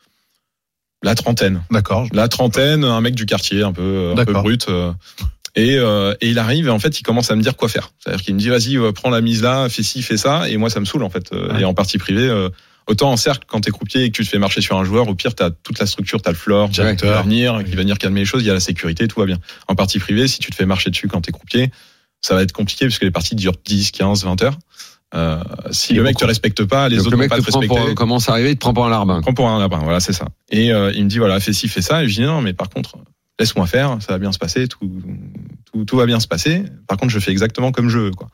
la trentaine. D'accord. La trentaine, un mec du quartier un peu un peu brut euh, Et, euh, et il arrive et en fait il commence à me dire quoi faire. C'est-à-dire qu'il me dit vas-y euh, prends la mise là, fais ci, fais ça et moi ça me saoule en fait. Ouais. Et en partie privée euh, autant en cercle, quand t'es croupier et que tu te fais marcher sur un joueur, au pire, t'as toute la structure, t'as le floor, qui va venir, qui va venir calmer les choses, il y a la sécurité, tout va bien. En partie privée, si tu te fais marcher dessus quand t'es croupier, ça va être compliqué parce que les parties durent dix, quinze, vingt heures. Euh, si le mec te respecte pas, les donc autres le mec vont pas te te respecter. Pour, commence à arriver, il te prend pour un larbin. Prend pour un larbin, voilà, c'est ça. Et euh, il me dit voilà, fais ci, fais ça. Et je dis non, mais par contre, laisse-moi faire, ça va bien se passer, tout, tout, tout va bien se passer. Par contre, je fais exactement comme je veux, quoi.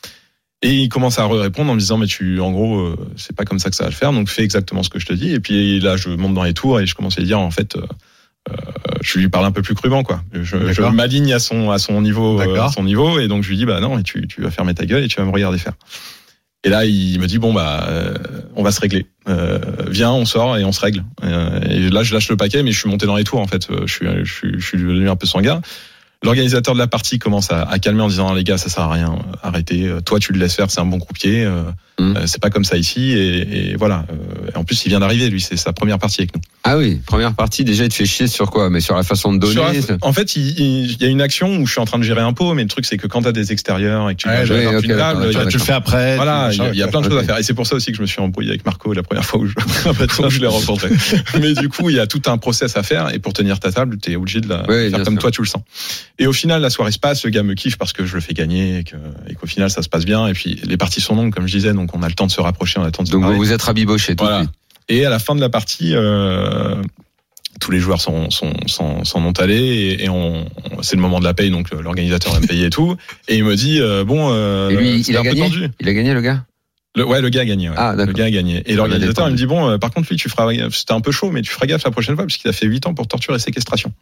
Et il commence à répondre en me disant mais tu en gros euh, c'est pas comme ça que ça va le faire donc fais exactement ce que je te dis et puis là je monte dans les tours et je commence à lui dire en fait euh, euh, je lui parle un peu plus crûment quoi je, je m'aligne à son à son niveau euh, à son niveau et donc je lui dis bah non et tu tu vas fermer ta gueule et tu vas me regarder faire et là il me dit bon bah euh, on va se régler euh, viens on sort et on se règle euh, et là je lâche le paquet mais je suis monté dans les tours en fait je suis je suis je suis devenu un peu sanguin. L'organisateur de la partie commence à, à calmer en disant les gars ça sert à rien, arrêtez, toi tu le laisses faire, c'est un bon croupier, euh, mmh. euh, c'est pas comme ça ici et, et voilà. Euh, en plus il vient d'arriver lui, c'est sa première partie avec nous. Ah oui, première partie déjà il te fait chier sur quoi? Mais sur la façon de donner. La, en fait il, il, il y a une action où je suis en train de gérer un pot, mais le truc c'est que quand t'as des extérieurs et que tu ouais, gères ouais, okay, une table, tu, tu le fais après. Voilà, il y, y a plein de choses à faire et c'est pour ça aussi que je me suis embrouillé avec Marco la première fois où je, où je l'ai rencontré. Mais du coup il y a tout un process à faire et pour tenir ta table t'es obligé de la ouais, faire comme sûr. Toi tu le sens. Et au final la soirée se passe, le gars me kiffe parce que je le fais gagner et, que, et qu'au final ça se passe bien et puis les parties sont longues comme je disais donc on a le temps de se rapprocher, on a le temps de se donc parler. vous vous êtes rabiboché tout voilà. de suite. Et à la fin de la partie euh, tous les joueurs sont sont sont, sont non allés et, et on, on c'est le moment de la paye donc l'organisateur va me payer et tout et il me dit euh, bon euh, et lui il a un gagné peu tendu. Il a gagné le gars. Le, ouais, le gars a gagné. Ouais. Ah, le gars a gagné. Et l'organisateur, il me dit bon, euh, par contre, lui, tu feras, c'était un peu chaud, mais tu feras gaffe la prochaine fois parce qu'il a fait huit ans pour torture et séquestration.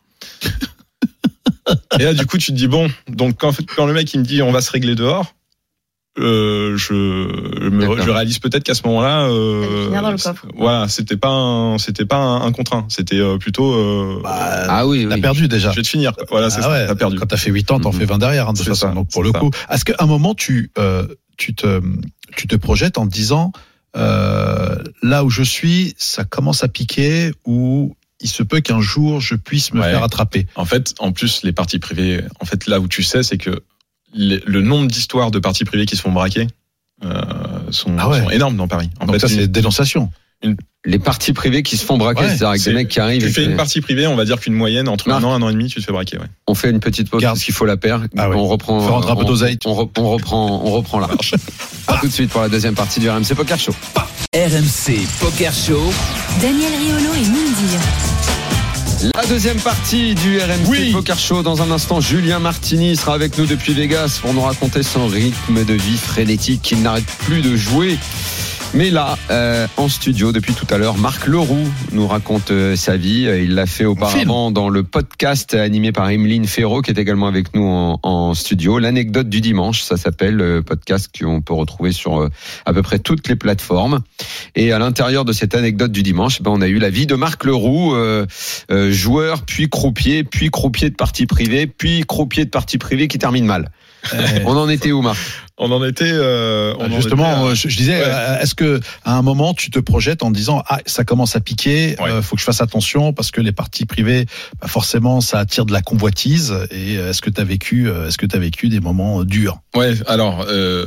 Et là, du coup, tu te dis bon, donc quand, quand le mec il me dit on va se régler dehors, euh, je, me, je réalise peut-être qu'à ce moment-là, euh, dans le coffre. Voilà, c'était pas un, c'était pas un, un contre un, c'était euh, plutôt. Euh, bah, ah oui, t'as oui. perdu déjà. Je vais te finir. Quoi. Voilà, c'est ah ça. Ouais, t'as perdu. Quand t'as fait huit ans, t'en mm-hmm. fais vingt derrière. Hein, de toute façon. Ça, donc pour le ça. coup, est-ce qu'à un moment tu, euh, tu te, tu te projettes en te disant euh, là où je suis, ça commence à piquer ou il se peut qu'un jour je puisse me ouais. faire attraper. En fait, en plus, les parties privées, en fait, là où tu sais, c'est que les, le nombre d'histoires de parties privées qui se font braquer euh, sont, ah ouais. sont énormes dans Paris. En Donc fait, ça, c'est une, dénonciation. Une, les parties privées qui se font braquer, ouais, c'est-à-dire avec des mecs qui arrivent. Tu fais et une partie privée, on va dire qu'une moyenne entre Marc, un an, un an et demi, tu te fais braquer. Ouais. On fait une petite pause Garde. Parce qu'il faut la paire. Ah ouais. On reprend. Faut rentrer un peu d'oseille. On, on, on reprend, on reprend là. À tout de suite pour la deuxième partie du R M C Poker Show. R M C Poker Show. Daniel Riolo et Moundir. La deuxième partie du R M C oui. Poker Show. Dans un instant, Julien Martini sera avec nous depuis Vegas pour nous raconter son rythme de vie frénétique qu'il n'arrête plus de jouer. Mais là, euh, en studio, depuis tout à l'heure, Marc Leroux nous raconte euh, sa vie. Il l'a fait auparavant dans le podcast animé par Emeline Ferraud, qui est également avec nous en, en studio. L'anecdote du dimanche, ça s'appelle, le podcast qu'on peut retrouver sur euh, à peu près toutes les plateformes. Et à l'intérieur de cette anecdote du dimanche, ben, on a eu la vie de Marc Leroux, euh, euh, joueur, puis croupier, puis croupier de partie privée, puis croupier de partie privée qui termine mal. Euh, on en était où, Marc ? On en était. Euh, on Justement, en était à... je, je disais, ouais. Est-ce que à un moment tu te projettes en disant ah ça commence à piquer, ouais. euh, faut que je fasse attention parce que les parties privées, bah forcément ça attire de la convoitise. Et est-ce que tu as vécu, est-ce que tu as vécu des moments durs? Ouais, alors. Euh...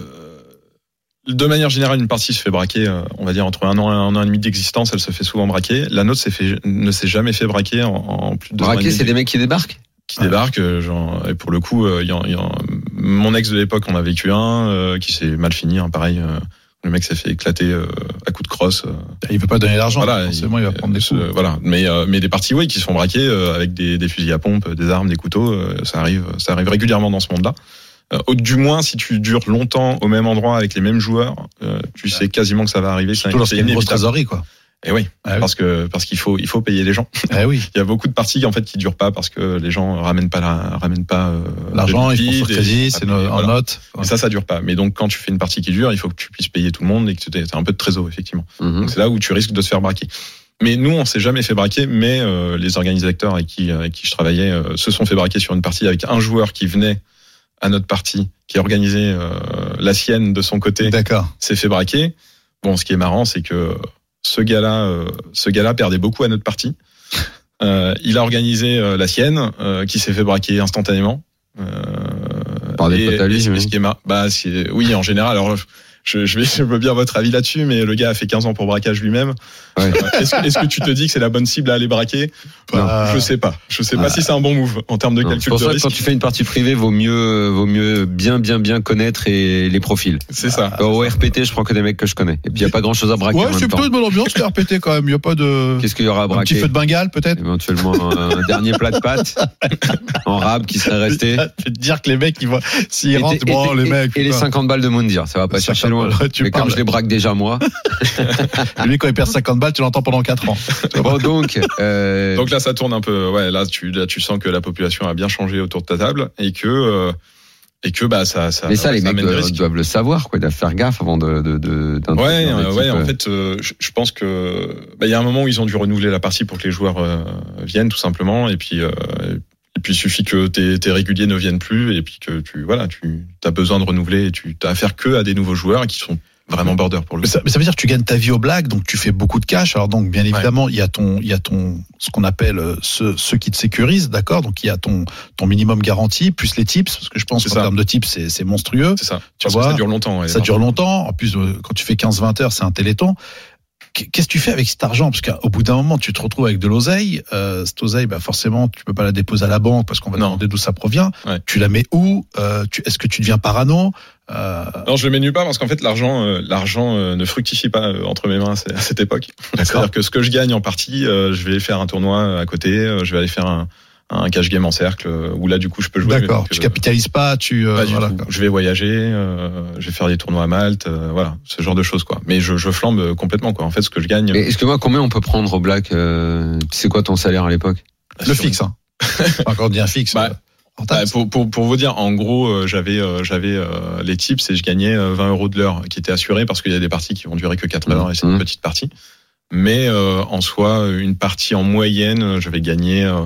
De manière générale, une partie se fait braquer, euh, on va dire entre un an et un an et demi d'existence, elle se fait souvent braquer. La nôtre s'est fait, ne s'est jamais fait braquer en, en plus de deux ans. Braquer, c'est des mecs qui débarquent Qui ouais. débarquent, euh, genre, et pour le coup, euh, y a, y a, mon ex de l'époque en a vécu un, euh, qui s'est mal fini, hein, pareil. Euh, le mec s'est fait éclater euh, à coups de crosse. Euh. Il veut pas donner l'argent, voilà, forcément il, il va prendre des coups. Euh, voilà, mais euh, mais des parties, oui, qui se font braquer euh, avec des, des fusils à pompe, des armes, des couteaux, euh, ça arrive, ça arrive régulièrement dans ce monde-là. Euh, du moins, si tu dures longtemps au même endroit avec les mêmes joueurs, euh, tu sais quasiment que ça va arriver. Surtout lorsqu'il y a une grosse trésorerie, quoi. Et oui, ah oui, parce que parce qu'il faut il faut payer les gens. Ah oui. Il y a beaucoup de parties en fait qui durent pas parce que les gens ramènent pas la ramènent pas euh, l'argent, ils font sur crédit, c'est no, en note. Ouais. Et ça ça dure pas. Mais donc quand tu fais une partie qui dure, il faut que tu puisses payer tout le monde et que tu aies un peu de trésor effectivement. Mm-hmm. Donc c'est là où tu risques de se faire braquer. Mais nous, on s'est jamais fait braquer, mais euh, les organisateurs avec qui avec qui je travaillais euh, se sont fait braquer sur une partie avec un joueur qui venait à notre partie, qui organisait euh, la sienne de son côté, D'accord. s'est fait braquer. Bon, ce qui est marrant, c'est que ce gars-là, euh, ce gars-là perdait beaucoup à notre partie. Euh, il a organisé euh, la sienne, euh, qui s'est fait braquer instantanément. Euh, Par des potes à lui, ce qui est mar... bah, c'est... oui, en général. Alors, je, je, vais, je veux bien votre avis là-dessus, mais le gars a fait quinze ans pour braquage lui-même. Ouais. Est-ce, que, est-ce que tu te dis que c'est la bonne cible à aller braquer? Non. Je sais pas. Je sais ah. pas si c'est un bon move en termes de non, calcul c'est pour de ça risque. Que quand tu fais une partie privée, vaut mieux, vaut mieux bien, bien, bien connaître et les profils. C'est ça. Ah, au R P T, je prends que des mecs que je connais. Et puis il y a pas grand-chose à braquer. Ouais, en même c'est temps. plutôt une bonne ambiance le R P T quand même. Il y a pas de. Qu'est-ce qu'il y aura à braquer? Un petit feu de Bengale peut-être. Éventuellement un dernier plat de pâtes en rab qui serait resté. Je vais te dire que les mecs ils vont s'ils rentrent, et, bon et, les mecs. Et les cinquante balles de Moundir, ça va pas chercher loin. Mais comme je les braque déjà moi. Lui quand il perd cinquante balles, tu l'entends pendant quatre ans. Bon donc. Euh... Donc là ça tourne un peu. Ouais, là tu là tu sens que la population a bien changé autour de ta table et que. Euh... Et que bah ça ça. Mais ça, ça les mecs doivent, doivent le savoir, quoi, doivent faire gaffe avant de. de, de ouais, euh, ouais. En fait, euh, je, je pense que bah, il y a un moment où ils ont dû renouveler la partie pour que les joueurs euh, viennent tout simplement, et puis euh, et puis il suffit que tes, tes réguliers ne viennent plus, et puis que tu voilà, tu as besoin de renouveler, et tu as affaire que à des nouveaux joueurs qui sont vraiment border pour le. Mais ça, mais ça veut dire que tu gagnes ta vie aux blagues, donc tu fais beaucoup de cash. Alors donc bien évidemment, ouais. il y a ton, il y a ton, ce qu'on appelle ceux, ceux qui te sécurisent, d'accord. Donc il y a ton, ton minimum garanti plus les tips, parce que je pense qu'en termes de tips c'est, c'est monstrueux. C'est ça. Tu vois, ça dure longtemps. Ouais, ça dure longtemps. En plus, quand tu fais quinze vingt heures, c'est un téléthon. Qu'est-ce que tu fais avec cet argent? Parce qu'au bout d'un moment, tu te retrouves avec de l'oseille. Euh, cette oseille, bah forcément, tu peux pas la déposer à la banque parce qu'on va te demander d'où ça provient. Ouais. Tu la mets où? euh, tu, Est-ce que tu deviens parano? Euh... Non, je le mets nulle part parce qu'en fait, l'argent, euh, l'argent euh, ne fructifie pas euh, entre mes mains à cette époque. D'accord. C'est-à-dire que ce que je gagne en partie, euh, je vais faire un tournoi à côté, euh, je vais aller faire un, un cash game en cercle euh, où là, du coup, je peux jouer. D'accord. Tu euh, capitalises pas, tu. Euh, pas du voilà, tout. Je vais voyager, euh, je vais faire des tournois à Malte, euh, voilà, ce genre de choses, quoi. Mais je, je flambe complètement, quoi. En fait, ce que je gagne. Mais excuse-moi, combien on peut prendre au black euh, c'est quoi ton salaire à l'époque? Le fixe, hein. Encore bien fixe. Bah, Bah, pour, pour, pour vous dire, en gros, euh, j'avais, euh, j'avais euh, les tips et je gagnais euh, vingt euros de l'heure qui étaient assurés parce qu'il y a des parties qui vont durer que quatre heures et c'est une petite partie. Mais euh, en soi, une partie en moyenne, je vais gagner euh,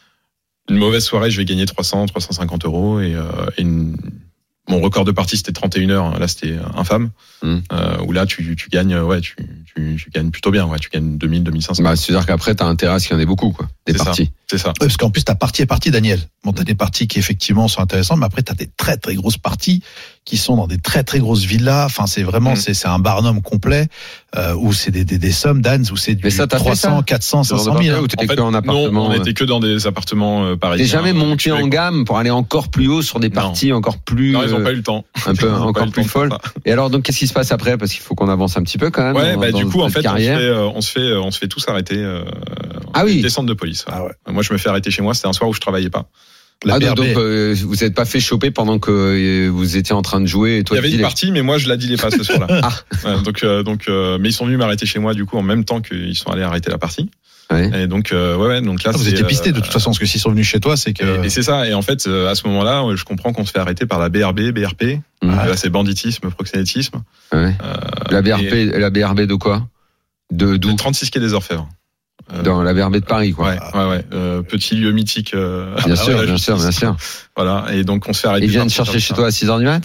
une mauvaise soirée, je vais gagner trois cents, trois cent cinquante euros et, euh, et une, mon record de partie c'était trente et une heures. Là, c'était infâme. Mmh. Euh, où là, tu, tu gagnes, ouais, tu, tu, tu gagnes plutôt bien, ouais, tu gagnes deux mille, deux mille cinq cents. Bah, c'est-à-dire qu'après, t'as intérêt à ce qu'il y en ait beaucoup, quoi. Des c'est parties. Ça, c'est ça. Ouais, parce qu'en plus, ta partie est partie, Daniel. Bon, t'as des parties qui effectivement sont intéressantes, mais après, t'as des très très grosses parties qui sont dans des très très grosses villas. Enfin, c'est vraiment, mmh. c'est, c'est un barnum complet, euh, où c'est des, des, des sommes, Dan, où c'est du ça, trois cents, quatre cents, cinq cent mille. Ou t'étais en fait, que en appartement? Non, on était que dans des appartements euh, parisiens. T'es jamais monté en gamme pour aller encore plus haut sur des parties non. encore plus. Non, ils ont pas eu le temps. Un peu, encore plus folle. Et alors, donc, qu'est-ce qui se passe après? Parce qu'il faut qu'on avance un petit peu quand même. Ouais, dans, bah, dans du coup, en fait, on se, fait, euh, on se fait, on se fait tous arrêter, euh, ah oui. Descente de police. Ouais. Ah ouais. Moi, je me fais arrêter chez moi. C'était un soir où je travaillais pas. La ah, donc, donc euh, vous n'êtes pas fait choper pendant que euh, vous étiez en train de jouer et toi, il y avait une partie, mais moi je la dilais pas ce soir-là. Ah. Ouais, donc, euh, donc, euh, mais ils sont venus m'arrêter chez moi du coup en même temps qu'ils sont allés arrêter la partie. Ouais. Et donc, euh, ouais, ouais, donc là, ah, vous étiez pisté de toute façon, parce que s'ils sont venus chez toi, c'est que. Et, et c'est ça. Et en fait, euh, à ce moment-là, je comprends qu'on se fait arrêter par la B R B, B R P. Mmh. Euh, là, c'est banditisme, proxénétisme. Ouais. Euh, la B R P, et... la B R B de quoi? De d'où? trente-six quai des Orfèvres. Dans la B R B de Paris, quoi. Ouais, ouais, ouais. Euh, petit lieu mythique. Euh, bien sûr, bien sûr, bien sûr. Voilà. Et donc, on se fait arrêter. Ils viennent chercher chez toi à six heures du mat?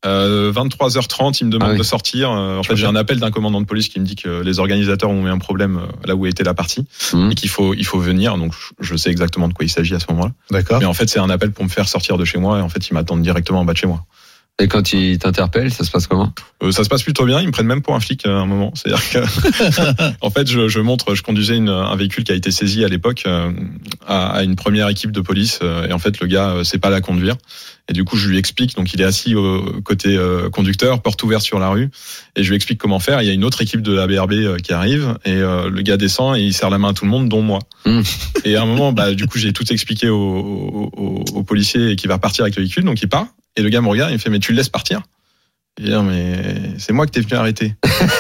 Euh, vingt-trois heures trente, il me demande Ah oui. de sortir. Euh, en fait, j'ai un appel d'un commandant de police qui me dit que les organisateurs ont eu un problème euh, là où était la partie Mmh. et qu'il faut il faut venir. Donc je sais exactement de quoi il s'agit à ce moment-là. D'accord. Mais en fait, c'est un appel pour me faire sortir de chez moi et en fait, ils m'attendent directement en bas de chez moi. Et quand ils t'interpellent, ça se passe comment? Euh, ça se passe plutôt bien. Ils me prennent même pour un flic euh, à un moment. C'est-à-dire que, en fait, je, je montre, je conduisais une, un véhicule qui a été saisi à l'époque euh, à, à une première équipe de police euh, et en fait, le gars euh, sait pas la conduire. Et du coup, je lui explique. Donc, il est assis au côté euh, conducteur, porte ouverte sur la rue, et je lui explique comment faire. Il y a une autre équipe de la B R B euh, qui arrive et euh, le gars descend et il serre la main à tout le monde, dont moi. Mmh. Et à un moment, bah, du coup, j'ai tout expliqué au, au, au, au policier et qui va repartir avec le véhicule. Donc, il part. Et le gars me regarde, il me fait, mais tu le laisses partir? Je dis, non, mais c'est moi que t'es venu arrêter.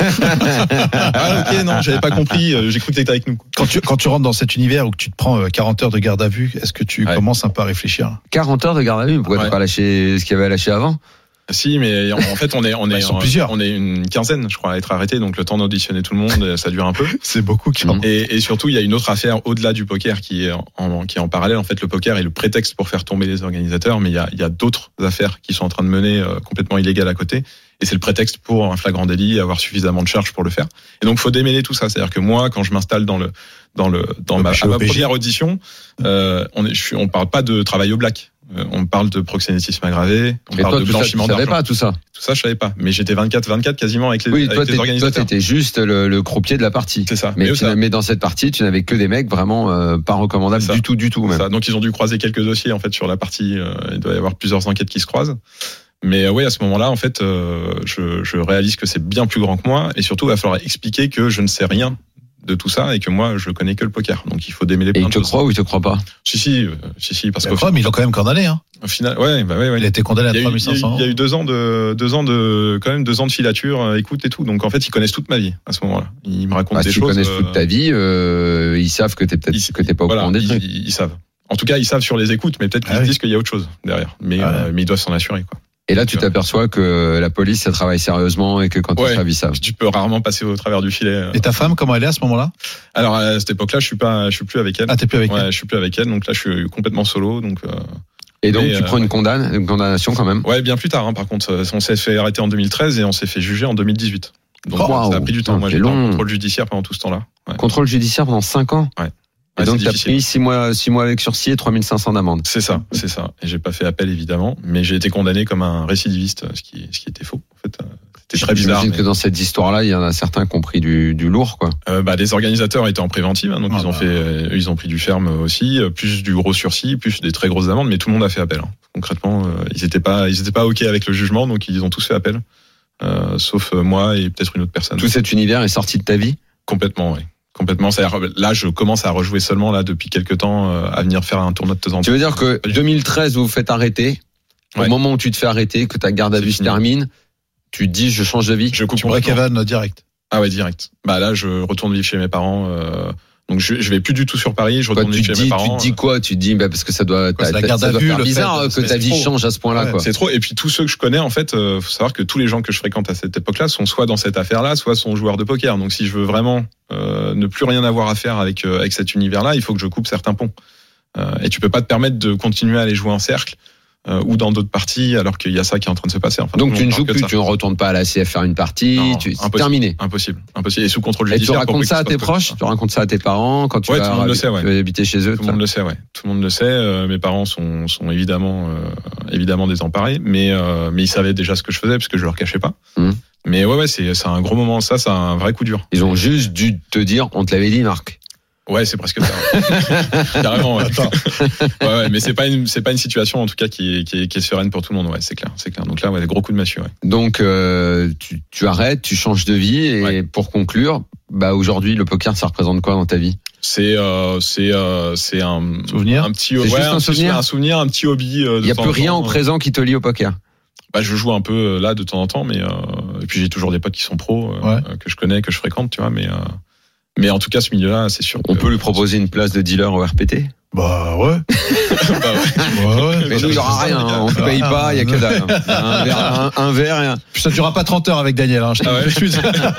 Ah, ok, non, j'avais pas compris, j'ai cru que t'étais avec nous. Quand tu, quand tu rentres dans cet univers où tu te prends quarante heures de garde à vue, est-ce que tu Ouais. commences un peu à réfléchir? quarante heures de garde à vue, pourquoi Ouais. t'as pas lâché ce qu'il y avait à lâcher avant? Si, mais en fait, on est, on Bah, est, ils sont on, plusieurs. on est une quinzaine, je crois, à être arrêtés, donc le temps d'auditionner tout le monde, ça dure un peu. C'est beaucoup qui Mmh. Et, et surtout, il y a une autre affaire au-delà du poker qui est en, qui est en parallèle. En fait, le poker est le prétexte pour faire tomber les organisateurs, mais il y a, il y a d'autres affaires qui sont en train de mener euh, complètement illégales à côté. Et c'est le prétexte pour un flagrant délit, avoir suffisamment de charges pour le faire. Et donc, faut démêler tout ça. C'est-à-dire que moi, quand je m'installe dans le, dans le, dans ma, Chez à ma O P J. première audition, euh, on est, je suis, on parle pas de travail au black. Euh, on parle de proxénétisme aggravé. On Et parle toi, de tout ça, tu blanchiment savais d'argent. pas tout ça? Tout ça, je savais pas. Mais j'étais vingt-quatre vingt-quatre quasiment avec les, Oui, avec toi, les t'es- toi, organisateurs. t'étais juste le, le croupier de la partie. C'est ça. Mais, Mais tu ça- n'as- mais dans cette partie, tu n'avais que des mecs vraiment euh, pas recommandables C'est ça. du tout, du tout même. Ça. Donc ils ont dû croiser quelques dossiers en fait sur la partie. Euh, il doit y avoir plusieurs enquêtes qui se croisent. Mais euh, oui, à ce moment-là, en fait, euh, je, je réalise que c'est bien plus grand que moi et surtout, il va falloir expliquer que je ne sais rien de tout ça et que moi, je connais que le poker. Donc il faut démêler Et plein il de te choses. croit ou il te croit pas? Si si, euh, si si, parce Mais qu'au quoi, mais ils l'ont quand même condamné, hein. au final, ouais, bah ouais, ouais. Il a été condamné à Il y a, eu, trois il mille y a cinq cents eu- il y a eu deux ans de deux ans de quand même deux ans de filature, euh, écoute et tout. Donc en fait, ils connaissent toute ma vie à ce moment-là. Ils me racontent Parce des qu'ils choses. connaissent euh, toute ta vie, euh, ils savent que t'es peut-être ils- que t'es pas au voilà, courant des ils, trucs. ils- ils savent. En tout cas, ils savent sur les écoutes, mais peut-être qu'ils Ah se oui. disent qu'il y a autre chose derrière. Mais Ah ouais. euh, mais ils doivent s'en assurer quoi. Et là, tu t'aperçois que la police, ça travaille sérieusement et que quand Ouais. ils savent, ils savent. Tu peux rarement passer au travers du filet. Et ta femme, comment elle est à ce moment-là? Alors à cette époque-là, je suis pas, je suis plus avec elle. Ah, t'es plus avec Ouais, elle? je suis plus avec elle, donc là, je suis complètement solo. Donc, euh, Et donc, Mais, tu euh, prends une condamne, une condamnation quand même. ouais, bien plus tard. Hein, par contre, on s'est fait arrêter en deux mille treize et on s'est fait juger en deux mille dix-huit. Donc Oh, wow. ça a pris du temps. Moi, C'est j'étais en long. contrôle judiciaire pendant tout ce temps-là. Ouais. Contrôle judiciaire pendant cinq ans. Ouais. Et Ouais, donc, c'est t'as difficile. pris six mois, six mois avec sursis et trois mille cinq cents d'amende. C'est ça, c'est ça. Et j'ai pas fait appel évidemment, mais j'ai été condamné comme un récidiviste, ce qui, ce qui était faux. En fait, euh, c'était très bizarre. J'imagine mais- que dans cette histoire-là, il y en a certains qui ont pris du, du lourd, quoi. Euh, bah, les organisateurs étaient en préventive, hein, donc Ah ils ont bah. fait, euh, ils ont pris du ferme aussi, euh, plus du gros sursis, plus des très grosses amendes, mais tout le monde a fait appel. Hein. Concrètement, euh, ils étaient pas, ils étaient pas ok avec le jugement, donc ils ont tous fait appel, euh, sauf euh, moi et peut-être une autre personne. Tout cet univers est sorti de ta vie. Complètement, oui. Complètement. C'est-à-dire, là, je commence à rejouer seulement là depuis quelques temps, euh, à venir faire un tournoi de temps en temps. Tu veux dire que deux mille treize, vous vous faites arrêter. Ouais. Au moment où tu te fais arrêter, que ta garde à C'est vue se fini. termine, tu te dis, je change de vie. Je coupe Tu break complètement. even direct. Ah ouais, direct. Bah là, je retourne vivre chez mes parents. Euh, donc je, je vais plus du tout sur Paris. Je Toi, retourne tu vivre te chez mes dis, parents. tu te dis quoi? Tu te dis, bah, parce que ça doit, Quoi, c'est t'as- la garde ça à doit vue, faire le bizarre fait- que c'est ta vie trop. change à ce point-là, Ouais, quoi. C'est trop. Et puis tous ceux que je connais, en fait, euh, faut savoir que tous les gens que je fréquente à cette époque-là sont soit dans cette affaire-là, soit sont joueurs de poker. Donc si je veux vraiment euh, ne plus rien avoir à faire avec euh, avec cet univers-là, il faut que je coupe certains ponts. Euh, et tu peux pas te permettre de continuer à aller jouer en cercle euh, ou dans d'autres parties alors qu'il y a ça qui est en train de se passer. Enfin, Donc tout le tu ne monde joues parle que de plus, ça. tu ne retournes pas à la C F faire une partie, Non, tu, c'est impossible. terminé. Impossible, impossible. Et sous contrôle Et tu judiciaire. pour racontes peu ça à qu'il tes se passe quoi que proches, ce soit. tu racontes ça à tes parents quand tu Ouais, vas, tout le monde le sait, ouais. tu vas habiter chez eux. Tout le monde le sait, ouais. Tout le monde le sait. Euh, mes parents sont, sont évidemment, euh, évidemment désemparés, mais, euh, mais ils savaient déjà ce que je faisais parce que je leur cachais pas. Mhm. Mais ouais, ouais, c'est, c'est un gros moment. Ça, c'est un vrai coup dur. Ils ont juste dû te dire, on te l'avait dit, Marc. Ouais, c'est presque ça. Carrément, ouais. ouais, ouais. Mais c'est pas une, c'est pas une situation en tout cas qui est, qui est, qui est sereine pour tout le monde. Ouais, c'est clair, c'est clair. Donc là, ouais, gros coup de massue. Ouais. Donc euh, tu, tu arrêtes, tu changes de vie et Ouais. pour conclure, bah aujourd'hui le poker ça représente quoi dans ta vie? C'est, euh, c'est, euh, c'est un Souvenir un petit, C'est ouais, juste un petit- souvenir un souvenir, un petit hobby. euh, de Il y a temps plus en rien temps. au présent qui te lie au poker. Bah, je joue un peu euh, là de temps en temps, mais euh, et puis j'ai toujours des potes qui sont pros euh, Ouais. que je connais, que je fréquente, tu vois. Mais euh, mais en tout cas, ce milieu-là, c'est sûr. On que- peut lui proposer une place de dealer au R P T. Bah ouais. Bah ouais. Ouais, ouais. Mais nous il y aura rien, hein. On ne paye pas, il y a que dalle. Un verre, un, un verre et un... Puis ça durera pas trente heures avec Daniel. Hein, je Ah ouais. t'excuse.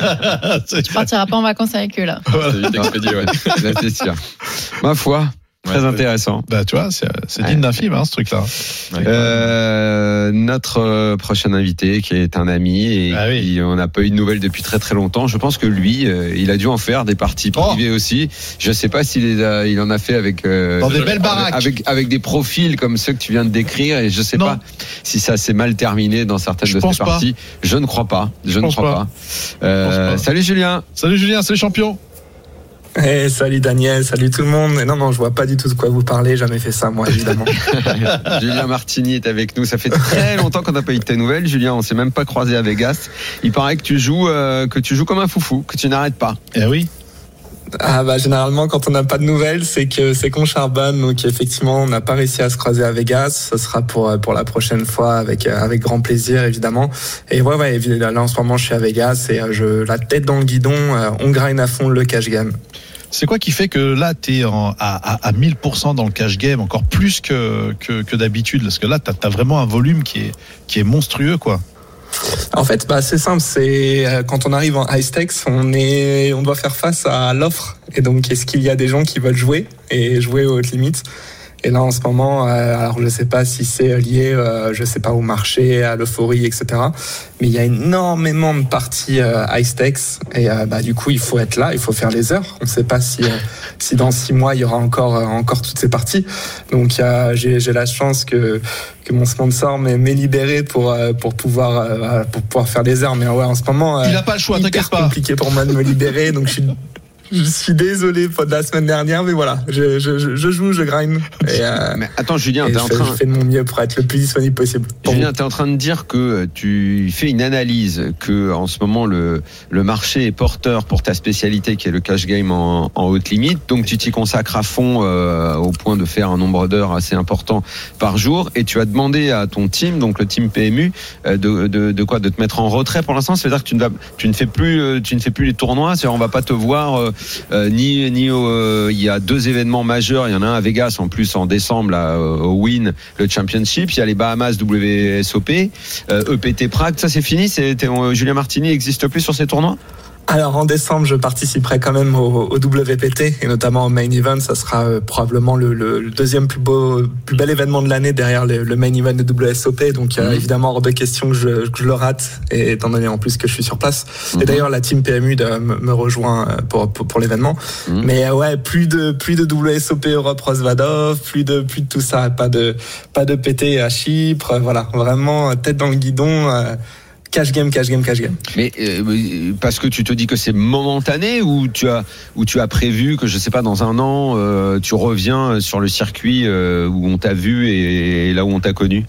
Tu partiras pas en vacances avec eux là. C'est vite expédié, ouais. Là, c'est sûr. Ma foi, très Ouais. intéressant. Bah tu vois, c'est c'est Ouais. digne d'un film, hein, ce truc-là. Ouais. Euh, notre euh, prochain invité, qui est un ami et ah oui. qui, on n'a pas eu de nouvelles depuis très très longtemps. Je pense que lui, euh, il a dû en faire des parties privées oh. aussi. Je sais pas s'il les a, il en a fait avec euh, dans des belles baraques, avec avec des profils comme ceux que tu viens de décrire. Et je sais non. pas si ça s'est mal terminé dans certaines je de ces parties. Pas. Je ne crois pas. Je, je ne crois pas. pas. Euh, pas. Salut Julien. Salut Julien. Salut champion. Hey, salut Daniel, salut tout le monde. Et non, non, je vois pas du tout de quoi vous parlez. Jamais fait ça, moi, évidemment. Julien Martini est avec nous. Ça fait très longtemps qu'on n'a pas eu de tes nouvelles, Julien. On s'est même pas croisé à Vegas. Il paraît que tu joues, euh, que tu joues comme un foufou, que tu n'arrêtes pas. Eh oui. Ah bah généralement quand on n'a pas de nouvelles c'est que c'est qu'on charbonne, donc effectivement on n'a pas réussi à se croiser à Vegas. Ce sera pour pour la prochaine fois avec avec grand plaisir évidemment. Et ouais ouais là en ce moment je suis à Vegas et je la tête dans le guidon, on grind à fond le cash game. C'est quoi qui fait que là t'es en, à, à, à mille pour cent dans le cash game, encore plus que que, que d'habitude, parce que là t'as, t'as vraiment un volume qui est qui est monstrueux quoi. En fait, bah, c'est simple, c'est quand on arrive en high stakes, on est, on doit faire face à l'offre. Et donc, est-ce qu'il y a des gens qui veulent jouer et jouer aux hautes limites? Et là, en ce moment, euh, alors je sais pas si c'est lié, euh, je sais pas, au marché, à l'euphorie, et cetera. Mais il y a énormément de parties euh, high stakes et euh, bah du coup, il faut être là, il faut faire les heures. On ne sait pas si euh, si dans six mois il y aura encore euh, encore toutes ces parties. Donc euh, j'ai j'ai la chance que que mon sponsor m'ait, m'ait libéré pour euh, pour pouvoir euh, pour pouvoir faire les heures. Mais ouais, en ce moment, euh, il a pas le choix, t'inquiète pas. C'est compliqué pour moi de me libérer, donc je suis Je suis désolé pour de la semaine dernière, mais voilà, je, je, je joue, je grind. Et, euh, mais attends, Julien, t'es je, en fais, train. je fais de mon mieux pour être le plus disponible possible. Julien, t'es en train de dire que tu fais une analyse que en ce moment le le marché est porteur pour ta spécialité qui est le cash game en, en haute limite. Donc tu t'y consacres à fond euh, au point de faire un nombre d'heures assez important par jour. Et tu as demandé à ton team, donc le team P M U, euh, de, de de quoi, de te mettre en retrait pour l'instant. Ça veut dire que tu ne vas, tu ne fais plus, euh, tu ne fais plus les tournois. C'est-à-dire on va pas te voir. Euh, Euh, ni ni au, euh, il y a deux événements majeurs, il y en a un à Vegas en plus en décembre là, au Wynn, le Championship, il y a les Bahamas W S O P, euh, E P T Prague, ça c'est fini, c'est, euh, Julien Martini n'existe plus sur ces tournois? Alors en décembre, je participerai quand même au, au W P T et notamment au main event. Ça sera euh, probablement le, le, le deuxième plus beau, plus bel événement de l'année derrière le, le main event de W S O P. Donc euh, mmh. évidemment hors de question que je, que je le rate, et étant donné en plus que je suis sur place. Mmh. Et d'ailleurs la team P M U de, me, me rejoint pour pour, pour l'événement. Mmh. Mais euh, ouais, plus de plus de W S O P Europe Rosvadov, plus de plus de tout ça, pas de pas de P T à Chypre. Voilà, vraiment tête dans le guidon. Euh, Cash game, cash game, cash game. Mais euh, parce que tu te dis que c'est momentané ou tu as ou tu as prévu que je sais pas dans un an euh, tu reviens sur le circuit euh, où on t'a vu et, et là où on t'a connu?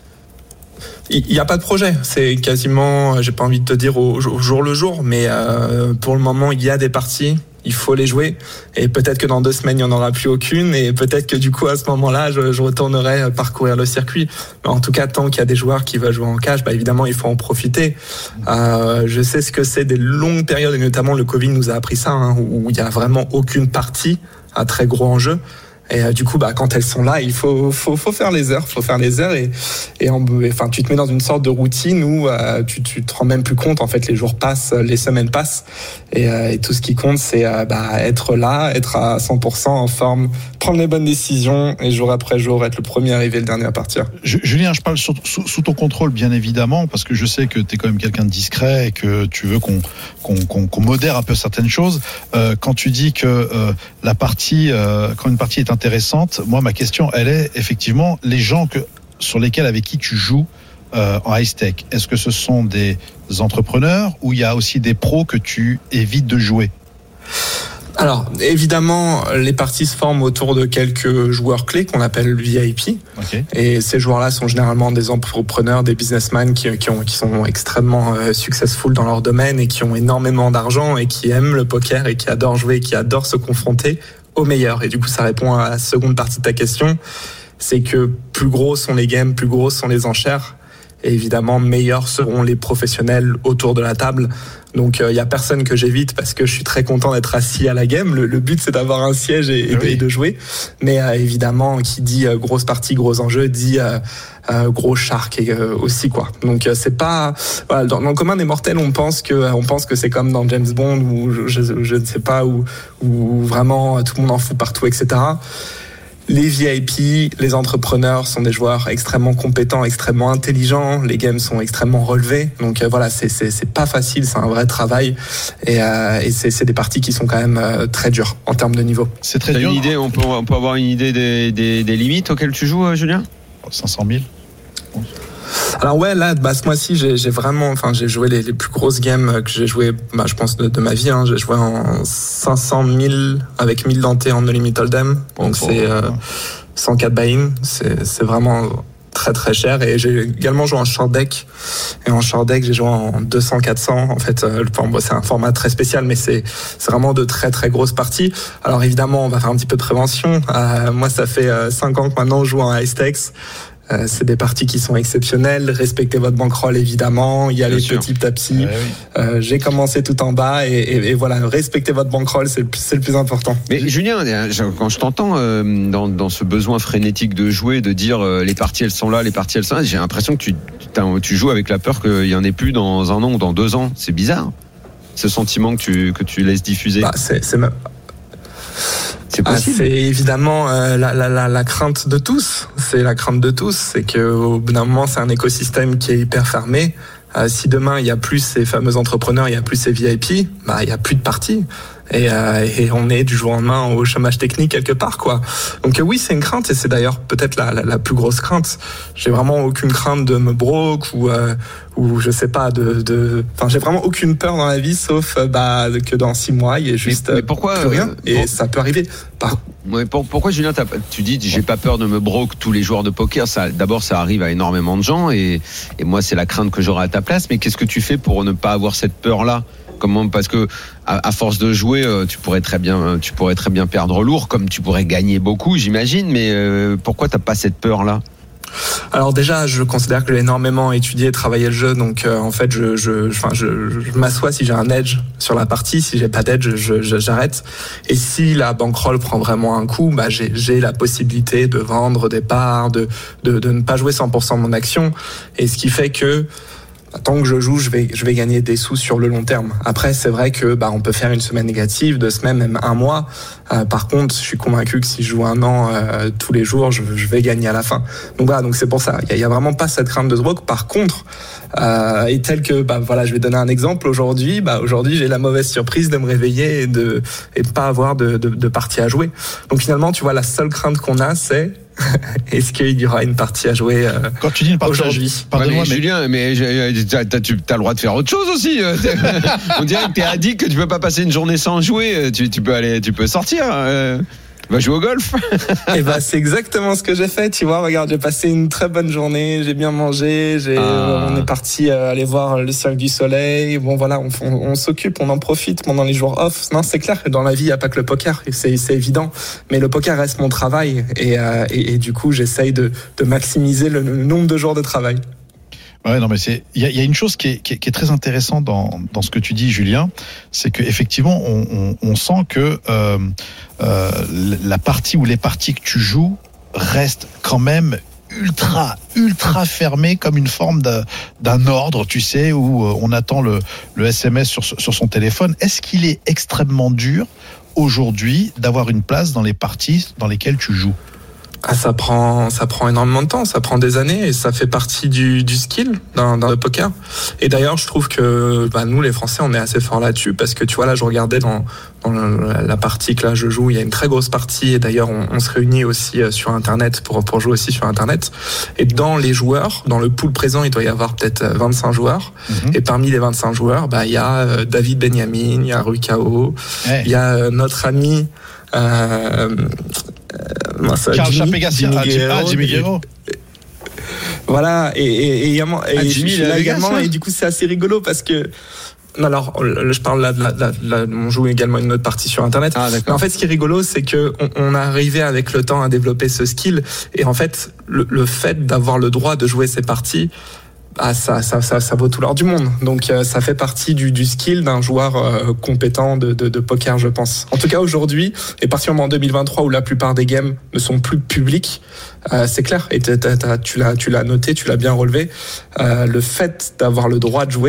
Il n'y a pas de projet, c'est quasiment, j'ai pas envie de te dire au, au jour le jour, mais euh, pour le moment il y a des parties. Il faut les jouer et peut-être que dans deux semaines il n'y en aura plus aucune et peut-être que du coup à ce moment-là je, je retournerai parcourir le circuit. Mais en tout cas tant qu'il y a des joueurs qui veulent jouer en cash, bah évidemment il faut en profiter. Euh, je sais ce que c'est des longues périodes et notamment le Covid nous a appris ça, hein, où il y a vraiment aucune partie à très gros enjeu. Et euh, du coup, bah quand elles sont là, il faut faut faut faire les heures, faut faire les heures et et en, enfin tu te mets dans une sorte de routine où euh, tu tu te rends même plus compte en fait, les jours passent, les semaines passent et, euh, et tout ce qui compte c'est euh, bah être là, être à cent pour cent en forme, prendre les bonnes décisions et jour après jour être le premier arrivé, le dernier à partir. Julien, je parle sur, sous, sous ton contrôle bien évidemment parce que je sais que tu es quand même quelqu'un de discret et que tu veux qu'on qu'on qu'on, qu'on modère un peu certaines choses. Euh, quand tu dis que euh, la partie euh, quand une partie est intéressante, moi ma question elle est effectivement les gens que sur lesquels avec qui tu joues euh, en high stake, est-ce que ce sont des entrepreneurs ou il y a aussi des pros que tu évites de jouer? Alors, évidemment, les parties se forment autour de quelques joueurs clés qu'on appelle V I P. Okay. Et ces joueurs-là sont généralement des entrepreneurs, des businessmen qui, qui, ont, qui sont extrêmement euh, successful dans leur domaine et qui ont énormément d'argent et qui aiment le poker et qui adorent jouer, qui adorent se confronter aux meilleurs. Et du coup, ça répond à la seconde partie de ta question. C'est que plus gros sont les games, plus grosses sont les enchères. Et évidemment, meilleurs seront les professionnels autour de la table. Donc, il euh, y a personne que j'évite parce que je suis très content d'être assis à la game. Le, le but, c'est d'avoir un siège et, et, oui. et de jouer. Mais euh, évidemment, qui dit euh, grosse partie, gros enjeu, dit euh, euh, gros shark et, euh, aussi quoi. Donc, euh, c'est pas voilà, dans, dans le commun des mortels, on pense que euh, on pense que c'est comme dans James Bond ou je, je, je ne sais pas où où vraiment tout le monde en fout partout, et cetera. Les V I P, les entrepreneurs sont des joueurs extrêmement compétents, extrêmement intelligents. Les games sont extrêmement relevés. Donc euh, voilà, c'est, c'est, c'est pas facile, c'est un vrai travail. Et, euh, et c'est, c'est des parties qui sont quand même euh, très dures en termes de niveau. C'est très T'as dur. Une idée, on, peut, on peut avoir une idée des, des, des limites auxquelles tu joues, euh, Julien ? cinq cent mille. Alors ouais, là, bah, ce mois-ci, j'ai, j'ai vraiment, enfin, j'ai joué les, les plus grosses games que j'ai joué, bah, je pense, de, de ma vie. Hein. J'ai joué en cinq cent mille avec mille dentés en No Limit Hold'em. Donc oh, c'est euh, cent quatre buy-in. C'est, c'est vraiment très très cher. Et j'ai également joué en short deck. Et en short deck, j'ai joué en deux cents quatre cents. En fait, euh, bon, c'est un format très spécial, mais c'est, c'est vraiment de très très grosses parties. Alors évidemment, on va faire un petit peu de prévention. Euh, moi, ça fait euh, cinq ans que maintenant je joue en high stakes. Euh, c'est des parties qui sont exceptionnelles. Respectez votre bankroll, évidemment. Il y a Bien les sûr. petits tapis. Ouais, oui. euh, j'ai commencé tout en bas et, et, et voilà, respectez votre bankroll, c'est le, c'est le plus important. Mais Julien, quand je t'entends euh, dans, dans ce besoin frénétique de jouer, de dire euh, les parties elles sont là, les parties elles sont là, j'ai l'impression que tu, tu joues avec la peur qu'il y en ait plus dans un an ou dans deux ans. C'est bizarre, ce sentiment que tu, que tu laisses diffuser. Bah, c'est, c'est ma... C'est possible. Ah, c'est évidemment euh, la, la, la, la crainte de tous. C'est la crainte de tous. C'est qu'au bout d'un moment, c'est un écosystème qui est hyper fermé. Euh, si demain, il y a plus ces fameux entrepreneurs, il y a plus ces V I P, bah, il y a plus de parties. Et, euh, et on est du jour au lendemain au chômage technique quelque part, quoi. Donc euh, oui, c'est une crainte et c'est d'ailleurs peut-être la, la, la plus grosse crainte. J'ai vraiment aucune crainte de me broke ou euh, ou je sais pas de de. Enfin, j'ai vraiment aucune peur dans la vie, sauf euh, bah que dans six mois il y ait juste mais, mais pourquoi, plus rien. Euh, et pour... ça peut arriver. Par... Ouais, pour, pourquoi Julien, t'as, tu dis j'ai pas peur de me broke tous les joueurs de poker. Ça, d'abord, ça arrive à énormément de gens et et moi c'est la crainte que j'aurais à ta place. Mais qu'est-ce que tu fais pour ne pas avoir cette peur-là? Comment, parce que à, à force de jouer, tu pourrais très bien, tu pourrais très bien perdre lourd, comme tu pourrais gagner beaucoup, j'imagine. Mais euh, pourquoi t'as pas cette peur-là? Alors déjà, je considère que j'ai énormément étudié et travaillé le jeu, donc euh, en fait, je, je, enfin, je, je, je m'assois si j'ai un edge sur la partie, si j'ai pas d'edge, je, je, j'arrête. Et si la bankroll prend vraiment un coup, bah j'ai, j'ai la possibilité de vendre des parts, de, de, de ne pas jouer cent pour cent de mon action, et ce qui fait que tant que je joue, je vais, je vais gagner des sous sur le long terme. Après, c'est vrai que bah, on peut faire une semaine négative, deux semaines, même un mois. Euh, par contre, je suis convaincu que si je joue un an euh, tous les jours, je, je vais gagner à la fin. Donc voilà, donc c'est pour ça. Il y, y a vraiment pas cette crainte de se broke. Par contre, euh, et tel que, bah voilà, je vais donner un exemple. Aujourd'hui, bah aujourd'hui, j'ai la mauvaise surprise de me réveiller et de et de pas avoir de, de, de partie à jouer. Donc finalement, tu vois, la seule crainte qu'on a, c'est est-ce qu'il y aura une partie à jouer euh, quand tu dis une partie aujourd'hui? Pardonne-moi, ouais, mais, mais Julien, mais t'as, t'as, tu as le droit de faire autre chose aussi. On dirait que t'es addict, que tu peux pas passer une journée sans jouer. Tu, tu peux aller, tu peux sortir. Euh... Va jouer au golf. Et bah c'est exactement ce que j'ai fait. Tu vois, regarde, j'ai passé une très bonne journée, j'ai bien mangé, j'ai, ah. on est parti euh, aller voir le Cirque du Soleil. Bon voilà, on, on, on s'occupe, on en profite pendant les jours off. Non, c'est clair que dans la vie, il y a pas que le poker, c'est, c'est évident. Mais le poker reste mon travail et, euh, et, et du coup, j'essaye de, de maximiser le, le nombre de jours de travail. Ouais, non, mais c'est, il y a, y a une chose qui est, qui est, qui est très intéressante dans, dans ce que tu dis, Julien, c'est que effectivement, on, on, on sent que euh, euh, la partie ou les parties que tu joues restent quand même ultra, ultra fermées, comme une forme de, d'un ordre, tu sais, où on attend le, le S M S sur, sur son téléphone. Est-ce qu'il est extrêmement dur aujourd'hui d'avoir une place dans les parties dans lesquelles tu joues? Ah, ça prend, ça prend énormément de temps, ça prend des années et ça fait partie du, du skill dans, dans le poker. Et d'ailleurs, je trouve que bah, nous, les Français, on est assez forts là-dessus parce que tu vois, là, je regardais dans, dans la partie que là je joue, il y a une très grosse partie et d'ailleurs, on, on se réunit aussi sur Internet pour, pour jouer aussi sur Internet. Et dans les joueurs, dans le pool présent, il doit y avoir peut-être vingt-cinq joueurs. Mm-hmm. Et parmi les vingt-cinq joueurs, bah, il y a David Benjamin, il y a Rukao, hey. Il y a notre ami euh, Euh, ça, Carl Chapegassia, ah, Jimmy Guerrero. Voilà, et, et, et, et, ah, et Jimmy, je suis là également, et du coup c'est assez rigolo parce que alors je parle là, là, là, là on joue également une autre partie sur Internet. Ah, mais en fait, ce qui est rigolo, c'est que on, on a arrivé avec le temps à développer ce skill, et en fait, le, le fait d'avoir le droit de jouer ces parties, ah, ça, ça, ça, ça vaut tout l'or du monde. Donc, euh, ça fait partie du, du skill d'un joueur euh, compétent de, de, de poker, je pense. En tout cas, aujourd'hui, et particulièrement en deux mille vingt-trois, où la plupart des games ne sont plus publics, euh, c'est clair. Et t'as, t'as, tu l'as, tu l'as noté, tu l'as bien relevé. Euh, le fait d'avoir le droit de jouer,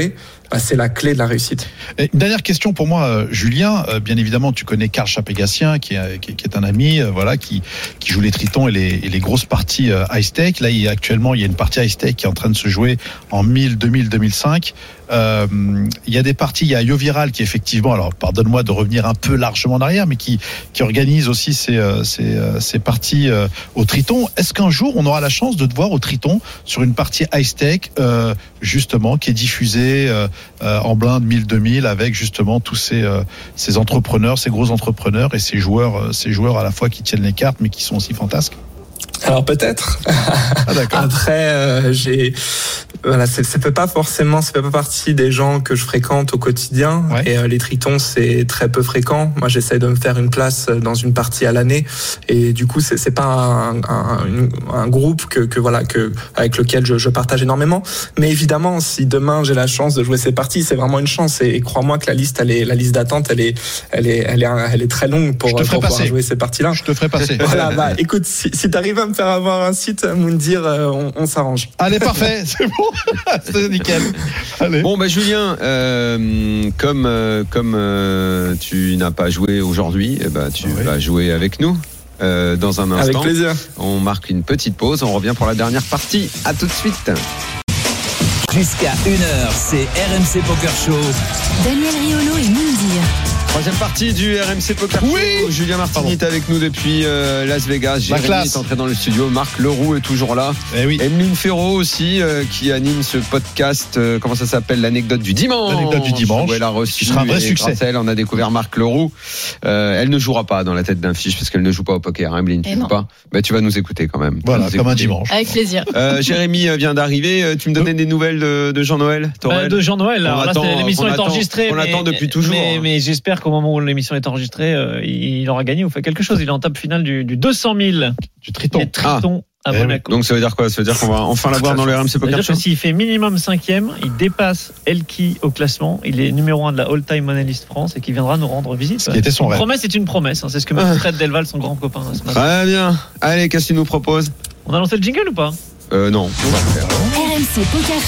bah, c'est la clé de la réussite. Et une dernière question pour moi, Julien. Euh, bien évidemment, tu connais Karl Chapegassien, qui est, qui est un ami, euh, voilà, qui, qui joue les tritons et les, et les grosses parties euh, high stake. Là, il y a, actuellement, il y a une partie high stake qui est en train de se jouer en mille, deux mille, deux mille cinq. Euh, il y a des parties, il y a YoViral qui effectivement, alors pardonne-moi de revenir un peu largement en arrière, mais qui, qui organise aussi ces, ces, ces parties euh, au Triton. Est-ce qu'un jour on aura la chance de te voir au Triton sur une partie high stake, euh, justement, qui est diffusée euh, euh, en blinde mille, deux mille avec justement tous ces, euh, ces entrepreneurs, ces gros entrepreneurs et ces joueurs, euh, ces joueurs à la fois qui tiennent les cartes mais qui sont aussi fantasques? Alors peut-être. Ah, d'accord. Après, euh, j'ai voilà, c'est, ça fait pas forcément, ça fait pas partie des gens que je fréquente au quotidien. Ouais. Et euh, les tritons, c'est très peu fréquent. Moi, j'essaie de me faire une place dans une partie à l'année. Et du coup, c'est, c'est pas un, un, un groupe que, que voilà, que avec lequel je, je partage énormément. Mais évidemment, si demain j'ai la chance de jouer ces parties, c'est vraiment une chance. Et, et crois-moi que la liste, elle est, la liste d'attente, elle est, elle est, elle est, elle est très longue pour, pour pouvoir jouer ces parties-là. Je te ferai passer. Voilà, bah, écoute, si, si t'arrives à me faire avoir un site, Moundir, euh, on, on s'arrange. Allez, parfait, c'est bon, c'est nickel. Allez. Bon, bah Julien, euh, comme euh, comme euh, tu n'as pas joué aujourd'hui, eh ben, tu oui. vas jouer avec nous euh, dans un instant. Avec plaisir. On marque une petite pause, on revient pour la dernière partie. À tout de suite. Jusqu'à une heure, c'est R M C Poker Show. Daniel Riolo et Moundir. Troisième partie du R M C Poker Show. Oui. Julien Martini est avec nous depuis euh, Las Vegas. Jérémy est entré dans le studio. Marc Leroux est toujours là. Eh oui. Emeline Ferraud aussi, euh, qui anime ce podcast. Euh, comment ça s'appelle? L'anecdote du dimanche. L'anecdote du dimanche. Où elle a reçu. Qui sera un vrai succès. Elle, on a découvert Marc Leroux. Euh, elle ne jouera pas dans la tête d'un fiche parce qu'elle ne joue pas au poker. Hein, Emeline, tu ne joues pas. Bah, tu vas nous écouter quand même. Voilà, comme écouter. un dimanche. Avec plaisir. Euh, Jérémy vient d'arriver. Tu me donnais des nouvelles de, de Jean-Noël bah, De Jean-Noël. Alors là, attend, l'émission est enregistrée. On mais, l'attend depuis toujours. Mais, mais j'espère qu'au moment où l'émission est enregistrée, euh, il aura gagné ou fait quelque chose. Il est en table finale du, du deux cent mille du Triton, des Tritons ah. à eh Monaco. Donc ça veut dire quoi? Ça veut dire qu'on va enfin l'avoir dans le R M C Poker Show. C'est-à-dire que s'il fait minimum cinquième, il dépasse Elki au classement. Il est numéro un de la all-time money list France et qui viendra nous rendre visite. Ce qui était son une rêve. Promesse est une promesse. Hein. C'est ce que me dit Fred Delval, son grand copain. Ce matin. Très bien. Allez, qu'est-ce qu'il nous propose? On a lancé le jingle ou pas? Euh non. On va le faire. R M C Poker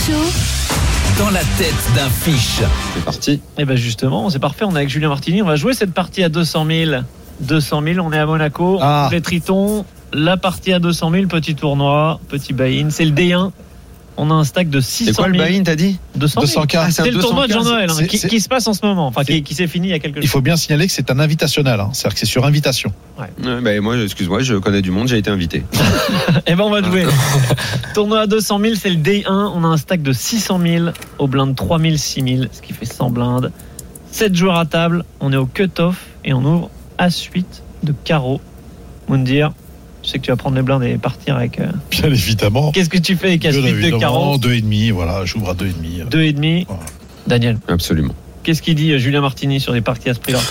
Show. Dans la tête d'un fiche. C'est parti. Et ben justement, c'est parfait. On est avec Julien Martini. On va jouer cette partie à deux cent mille. deux cent mille, on est à Monaco. Ah. On les Tritons. La partie à deux cent mille, petit tournoi, petit buy-in. C'est le D un. On a un stack de six cent mille. C'est quoi le buy-in, t'as dit? deux cent mille. Ah, c'est, c'est le tournoi de Jean-Noël hein, qui, qui se passe en ce moment. Enfin, qui, qui s'est fini il y a quelques jours. Il faut bien signaler que c'est un invitationnel. Hein. C'est-à-dire que c'est sur invitation. Ouais. Ouais, bah, moi, excuse-moi, je connais du monde, j'ai été invité. Eh ben, on va jouer. Tournoi à deux cent mille, c'est le D un. On a un stack de six cent mille au blind trois mille, six mille, ce qui fait cent blindes. sept joueurs à table. On est au cut-off et on ouvre As huit de carreau. Moundir, je sais que tu vas prendre les blindes et partir avec. Euh... Bien évidemment. Qu'est-ce que tu fais avec As huit de carreau? deux et demi, voilà, j'ouvre à deux et demi. deux et demi. Voilà. Daniel. Absolument. Qu'est-ce qu'il dit Julien Martini sur les parties à ce prix-là?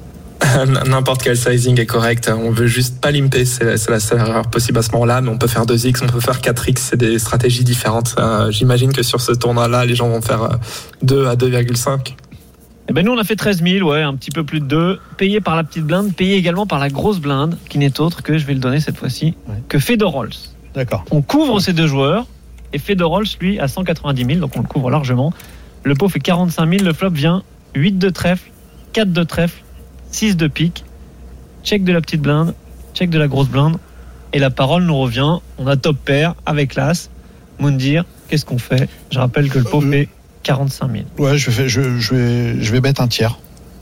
N'importe quel sizing est correct. On veut juste pas limper, c'est, c'est la seule erreur possible à ce moment-là. Mais on peut faire deux X, on peut faire quatre X, c'est des stratégies différentes. Euh, j'imagine que sur ce tournoi-là, les gens vont faire deux à deux virgule cinq. Eh ben nous on a fait treize mille, ouais, un petit peu plus de deux, payé par la petite blinde, payé également par la grosse blinde, qui n'est autre que, je vais le donner cette fois-ci, ouais. que Fedor Rolls. D'accord. On couvre ces deux joueurs, et Fedor Rolls, lui, à cent quatre-vingt-dix mille, donc on le couvre largement. Le pot fait quarante-cinq mille, le flop vient huit de trèfle, quatre de trèfle, six de pique, check de la petite blinde, check de la grosse blinde, et la parole nous revient, on a top pair avec l'as. Moundir, qu'est-ce qu'on fait? Je rappelle que le pot fait quarante-cinq mille. Ouais, je vais, je, je vais, je vais mettre un tiers.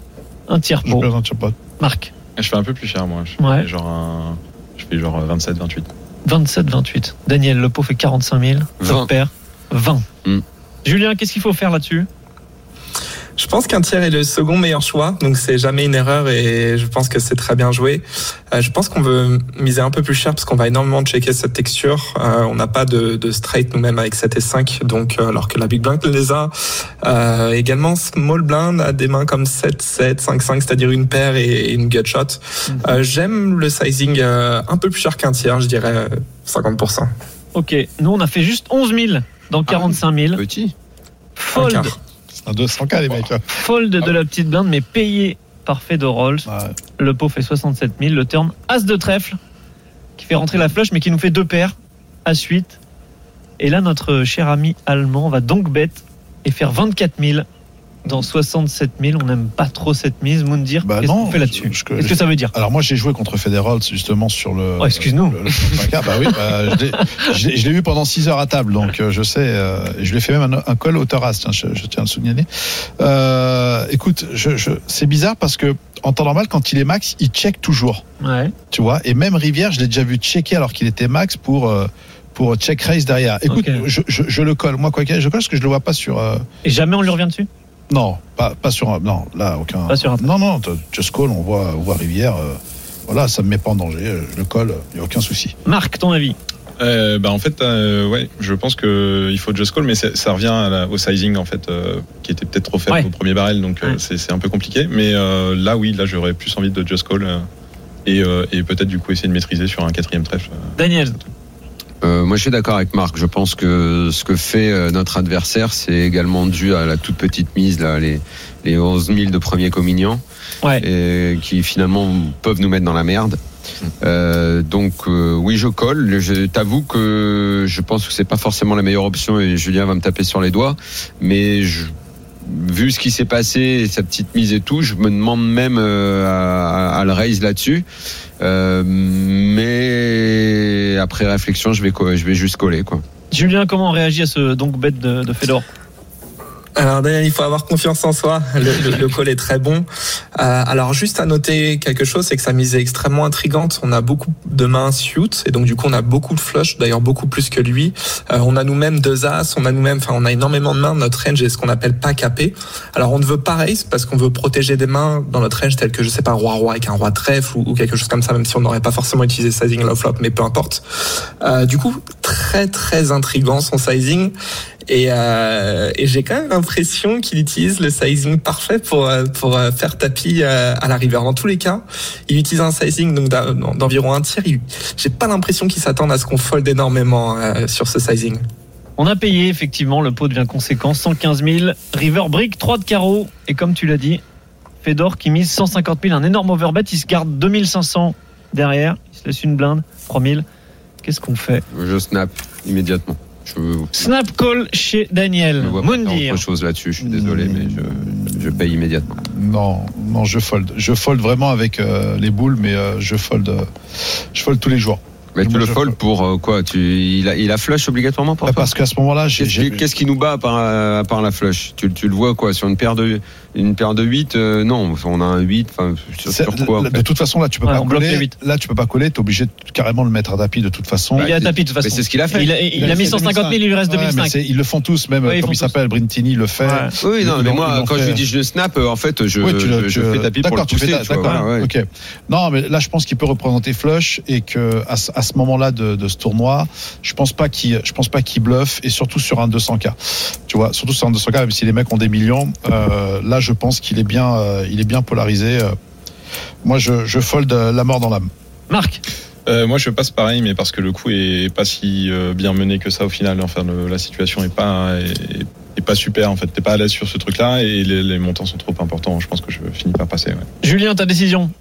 Un tiers pot. Je vais un tiers pot. Marc. Je fais un peu plus cher, moi. Je fais ouais. genre un, je fais genre vingt-sept vingt-huit. vingt-sept vingt-huit. Daniel, le pot fait quarante-cinq mille. Top pair, vingt. Mm. Julien, qu'est-ce qu'il faut faire là-dessus? Je pense qu'un tiers est le second meilleur choix, donc c'est jamais une erreur et je pense que c'est très bien joué. Euh, je pense qu'on veut miser un peu plus cher parce qu'on va énormément checker cette texture. Euh, on n'a pas de, de straight nous-mêmes avec sept et cinq, donc euh, alors que la big blind les a. Euh, également small blind a des mains comme sept sept, cinq cinq, c'est-à-dire une paire et une gut shot. Mm-hmm. Euh, j'aime le sizing euh, un peu plus cher qu'un tiers, je dirais cinquante pour cent. Ok, nous on a fait juste onze mille dans quarante-cinq mille. Ah, petit. Fold. Un deux cents K les mecs. Fold de la petite blinde mais payé par Fedor Rolls. Ouais. Le pot fait soixante-sept mille. Le turn As de trèfle qui fait rentrer la flush mais qui nous fait deux paires. As huit. Et là notre cher ami allemand va donc bet et faire vingt-quatre mille dans soixante-sept mille. On n'aime pas trop cette mise. Moundir, bah qu'est-ce non, qu'on fait là-dessus? je, je, Qu'est-ce que ça veut dire? Alors moi j'ai joué contre Federer justement sur le. Oh, excuse-nous. Le, le, le bah oui, bah, je, l'ai, je, l'ai, je l'ai eu pendant six heures à table, donc euh, je sais. Euh, je lui ai fait même un, un call au Terrasse, tiens, je, je tiens à le souligner. Euh, écoute, je, je, c'est bizarre parce que en temps normal, quand il est max, il check toujours. Ouais. Tu vois, et même Rivière, je l'ai déjà vu checker alors qu'il était max pour. Euh, pour check raise derrière. Écoute, okay. je, je, je le colle. Moi, quoi qu'il y ait, je colle parce que je le vois pas sur. Euh... Et jamais on lui revient dessus? Non, pas, pas sur un. Non, là, aucun. Pas sur un. Non, non, just call, on voit, on voit Rivière. Euh, voilà, ça me met pas en danger. Je le colle, il n'y a aucun souci. Marc, ton avis? euh, bah, En fait, euh, ouais, je pense qu'il faut just call, mais ça revient à la, au sizing, en fait, euh, qui était peut-être trop faible ouais. au premier barrel, donc ouais. euh, c'est, c'est un peu compliqué. Mais euh, là, oui, là, j'aurais plus envie de just call euh, et, euh, et peut-être du coup essayer de maîtriser sur un quatrième trèfle. Euh, Daniel? Euh, moi, je suis d'accord avec Marc. Je pense que ce que fait euh, notre adversaire, c'est également dû à la toute petite mise, là, les, les onze mille de premier communiant, ouais. et qui finalement peuvent nous mettre dans la merde. Euh, donc, euh, oui, je colle. Je t'avoue que je pense que c'est pas forcément la meilleure option et Julien va me taper sur les doigts. Mais je, vu ce qui s'est passé, sa petite mise et tout, je me demande même euh, à, à le raise là-dessus. Euh, mais après réflexion, je vais, je vais juste coller, quoi. Julien, comment on réagit à ce donc bet de, de Fedor? Alors Daniel, il faut avoir confiance en soi. Le, le, le call est très bon. Euh, alors juste à noter quelque chose, c'est que sa mise est extrêmement intrigante. On a beaucoup de mains suit et donc du coup on a beaucoup de flush, d'ailleurs beaucoup plus que lui. Euh, on a nous-mêmes deux as, on a nous-mêmes, enfin on a énormément de mains. Notre range est ce qu'on appelle pas capé. Alors on ne veut pas raise parce qu'on veut protéger des mains dans notre range telles que je sais pas roi roi avec un roi trèfle ou, ou quelque chose comme ça, même si on n'aurait pas forcément utilisé sizing low flop, mais peu importe. Euh, du coup très très intrigant son sizing. Et, euh, et j'ai quand même l'impression qu'il utilise le sizing parfait pour pour faire tapis à la river. Dans tous les cas, il utilise un sizing donc d'environ un tiers. Il, j'ai pas l'impression qu'il s'attende à ce qu'on fold énormément euh, sur ce sizing. On a payé effectivement, le pot devient conséquent, cent quinze mille. River brick, trois de carreau et comme tu l'as dit, Fedor qui mise cent cinquante mille, un énorme overbet. Il se garde deux mille cinq cents derrière. Il se laisse une blinde, trois mille. Qu'est-ce qu'on fait? Je snap immédiatement. Je... Snap call chez Daniel. Je vois pas autre chose là-dessus. Je suis désolé, mais je, je paye immédiatement. Non, non, je fold. Je fold vraiment avec euh, les boules, mais euh, je fold, euh, je fold tous les jours. Mais tu le fold pour euh, quoi? Tu, il a, il a flush obligatoirement pour bah Parce qu'à ce moment-là, j'ai, qu'est-ce, j'ai... qu'est-ce qui nous bat à part, à part la flush? Tu, tu le vois quoi sur une paire de, une paire de huit? Euh, non, on a un huit. Enfin, sur, sur quoi? De, de toute façon, là, tu peux ouais, pas coller. Là, tu peux pas coller. T'es obligé de carrément le mettre à tapis de toute façon. Bah, il est à tapis de toute façon. Mais c'est ce qu'il a fait. Il a, il il a mis cent cinquante mille, il lui reste deux mille cinq. Ouais, ils le font tous, même ouais, comme il s'appelle, Brintini le fait. Ouais. Oui, non, mais moi, quand je lui dis je snap, en fait, je, oui, tu le, je, tu, je fais tapis pour le pousser. Fais, d'accord, voilà, ouais. Ok. Non, mais là, je pense qu'il peut représenter flush et que à ce moment-là de de ce tournoi, je pense pas qu'il, je pense pas qu'il bluffe et surtout sur un deux cents K. Tu vois, surtout sur un deux cents K, même si les mecs ont des millions, euh, là, je pense qu'il est bien, euh, il est bien polarisé. Euh, moi, je, je fold la mort dans l'âme. Marc. Euh, moi, je passe pareil, mais parce que le coup est pas si euh, bien mené que ça au final. Enfin, le, la situation est pas est, est pas super. En fait, t'es pas à l'aise sur ce truc-là et les, les montants sont trop importants. Je pense que je finis par passer. Ouais. Julien, ta décision?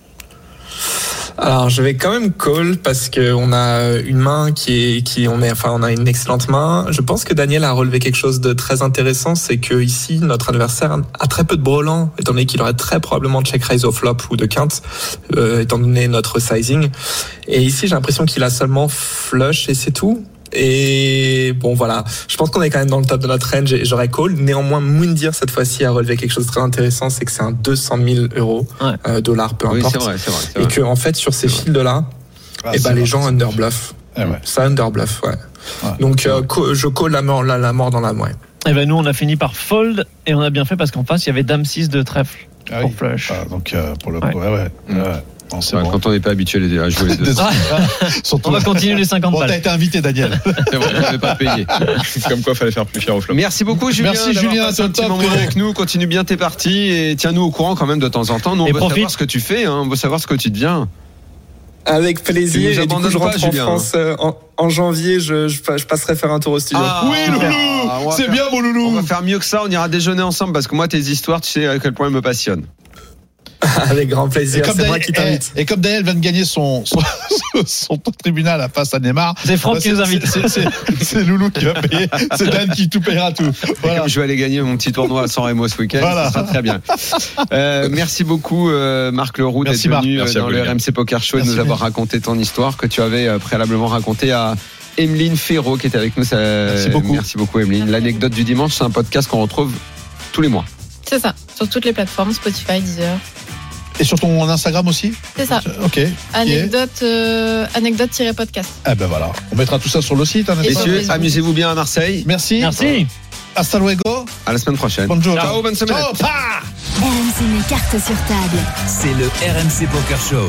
Alors je vais quand même call parce que on a une main qui est qui on est enfin on a une excellente main. Je pense que Daniel a relevé quelque chose de très intéressant, c'est que ici notre adversaire a très peu de brelans étant donné qu'il aurait très probablement check raise au flop ou de quinte euh, étant donné notre sizing. Et ici j'ai l'impression qu'il a seulement flush et c'est tout. Et bon voilà, je pense qu'on est quand même dans le top de notre range et j'aurais call. Néanmoins, Moundir cette fois-ci a relevé quelque chose de très intéressant, c'est que c'est un deux cent mille euros, ouais. euh, dollars, peu oui, importe. C'est vrai, c'est vrai, c'est et vrai. que en fait sur ces fils de là, ah, et ben les gens underbluff. Eh ouais. Ça underbluff, ouais. ouais. Donc euh, co- je call la mort, la, la mort dans la ouais. Et ben nous on a fini par fold et on a bien fait parce qu'en face il y avait dame six de trèfle ah pour oui. flush. Ah, donc euh, pour le ouais ouais ouais. Mmh. ouais. Non, c'est ouais, bon. Quand on n'est pas habitué à jouer les deux. On va continuer les cinquante bon, balles. T'as été invité, Daniel. C'est vrai, on n'avait pas payé. Comme quoi, fallait faire plus cher au flop. Merci beaucoup, Julien. Merci, Julien. Un petit moment avec nous. Continue bien tes parties et tiens-nous au courant quand même de temps en temps. Nous, on et veut profite. savoir ce que tu fais. Hein. On veut savoir ce que tu deviens. Avec plaisir. Et du coup, je rentre pas, en Julien. France euh, en, en janvier. Je, je, je passerai faire un tour au studio. Ah, oui, loulou. Ah, c'est faire, bien, mon loulou. On va faire mieux que ça. On ira déjeuner ensemble parce que moi, tes histoires, tu sais à quel point elles me passionnent. Avec grand plaisir, c'est Daniel, moi qui t'invite. Et, et comme Daniel vient de gagner son, son, son tribunal face à Neymar. C'est Franck bah, qui nous invite. C'est, c'est, c'est, c'est Loulou qui va payer. C'est Dan qui tout payera tout. Voilà. Comme je vais aller gagner mon petit tournoi à San Remo ce week-end, voilà. Ça sera très bien. Euh, merci beaucoup, euh, Marc Leroux, d'être venu Merci dans le R M C Poker Show et de nous avoir raconté ton histoire que tu avais préalablement racontée à Emeline Ferraud qui était avec nous. Ça... Merci beaucoup. Merci beaucoup, Emeline. L'anecdote du dimanche, c'est un podcast qu'on retrouve tous les mois. C'est ça, sur toutes les plateformes, Spotify, Deezer. Et sur ton Instagram aussi ? C'est ça. Ok. Anecdote, euh, anecdote-podcast. Eh ben voilà, on mettra tout ça sur le site. Hein, messieurs, amusez-vous bien à Marseille. Merci. Merci. Hasta luego. À la semaine prochaine. Bonjour. Ciao, Ciao bonne semaine. Ciao. R M C met cartes sur table. C'est le R M C Poker Show.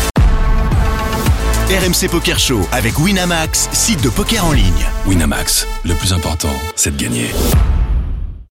R M C Poker Show avec Winamax, site de poker en ligne. Winamax, le plus important, c'est de gagner.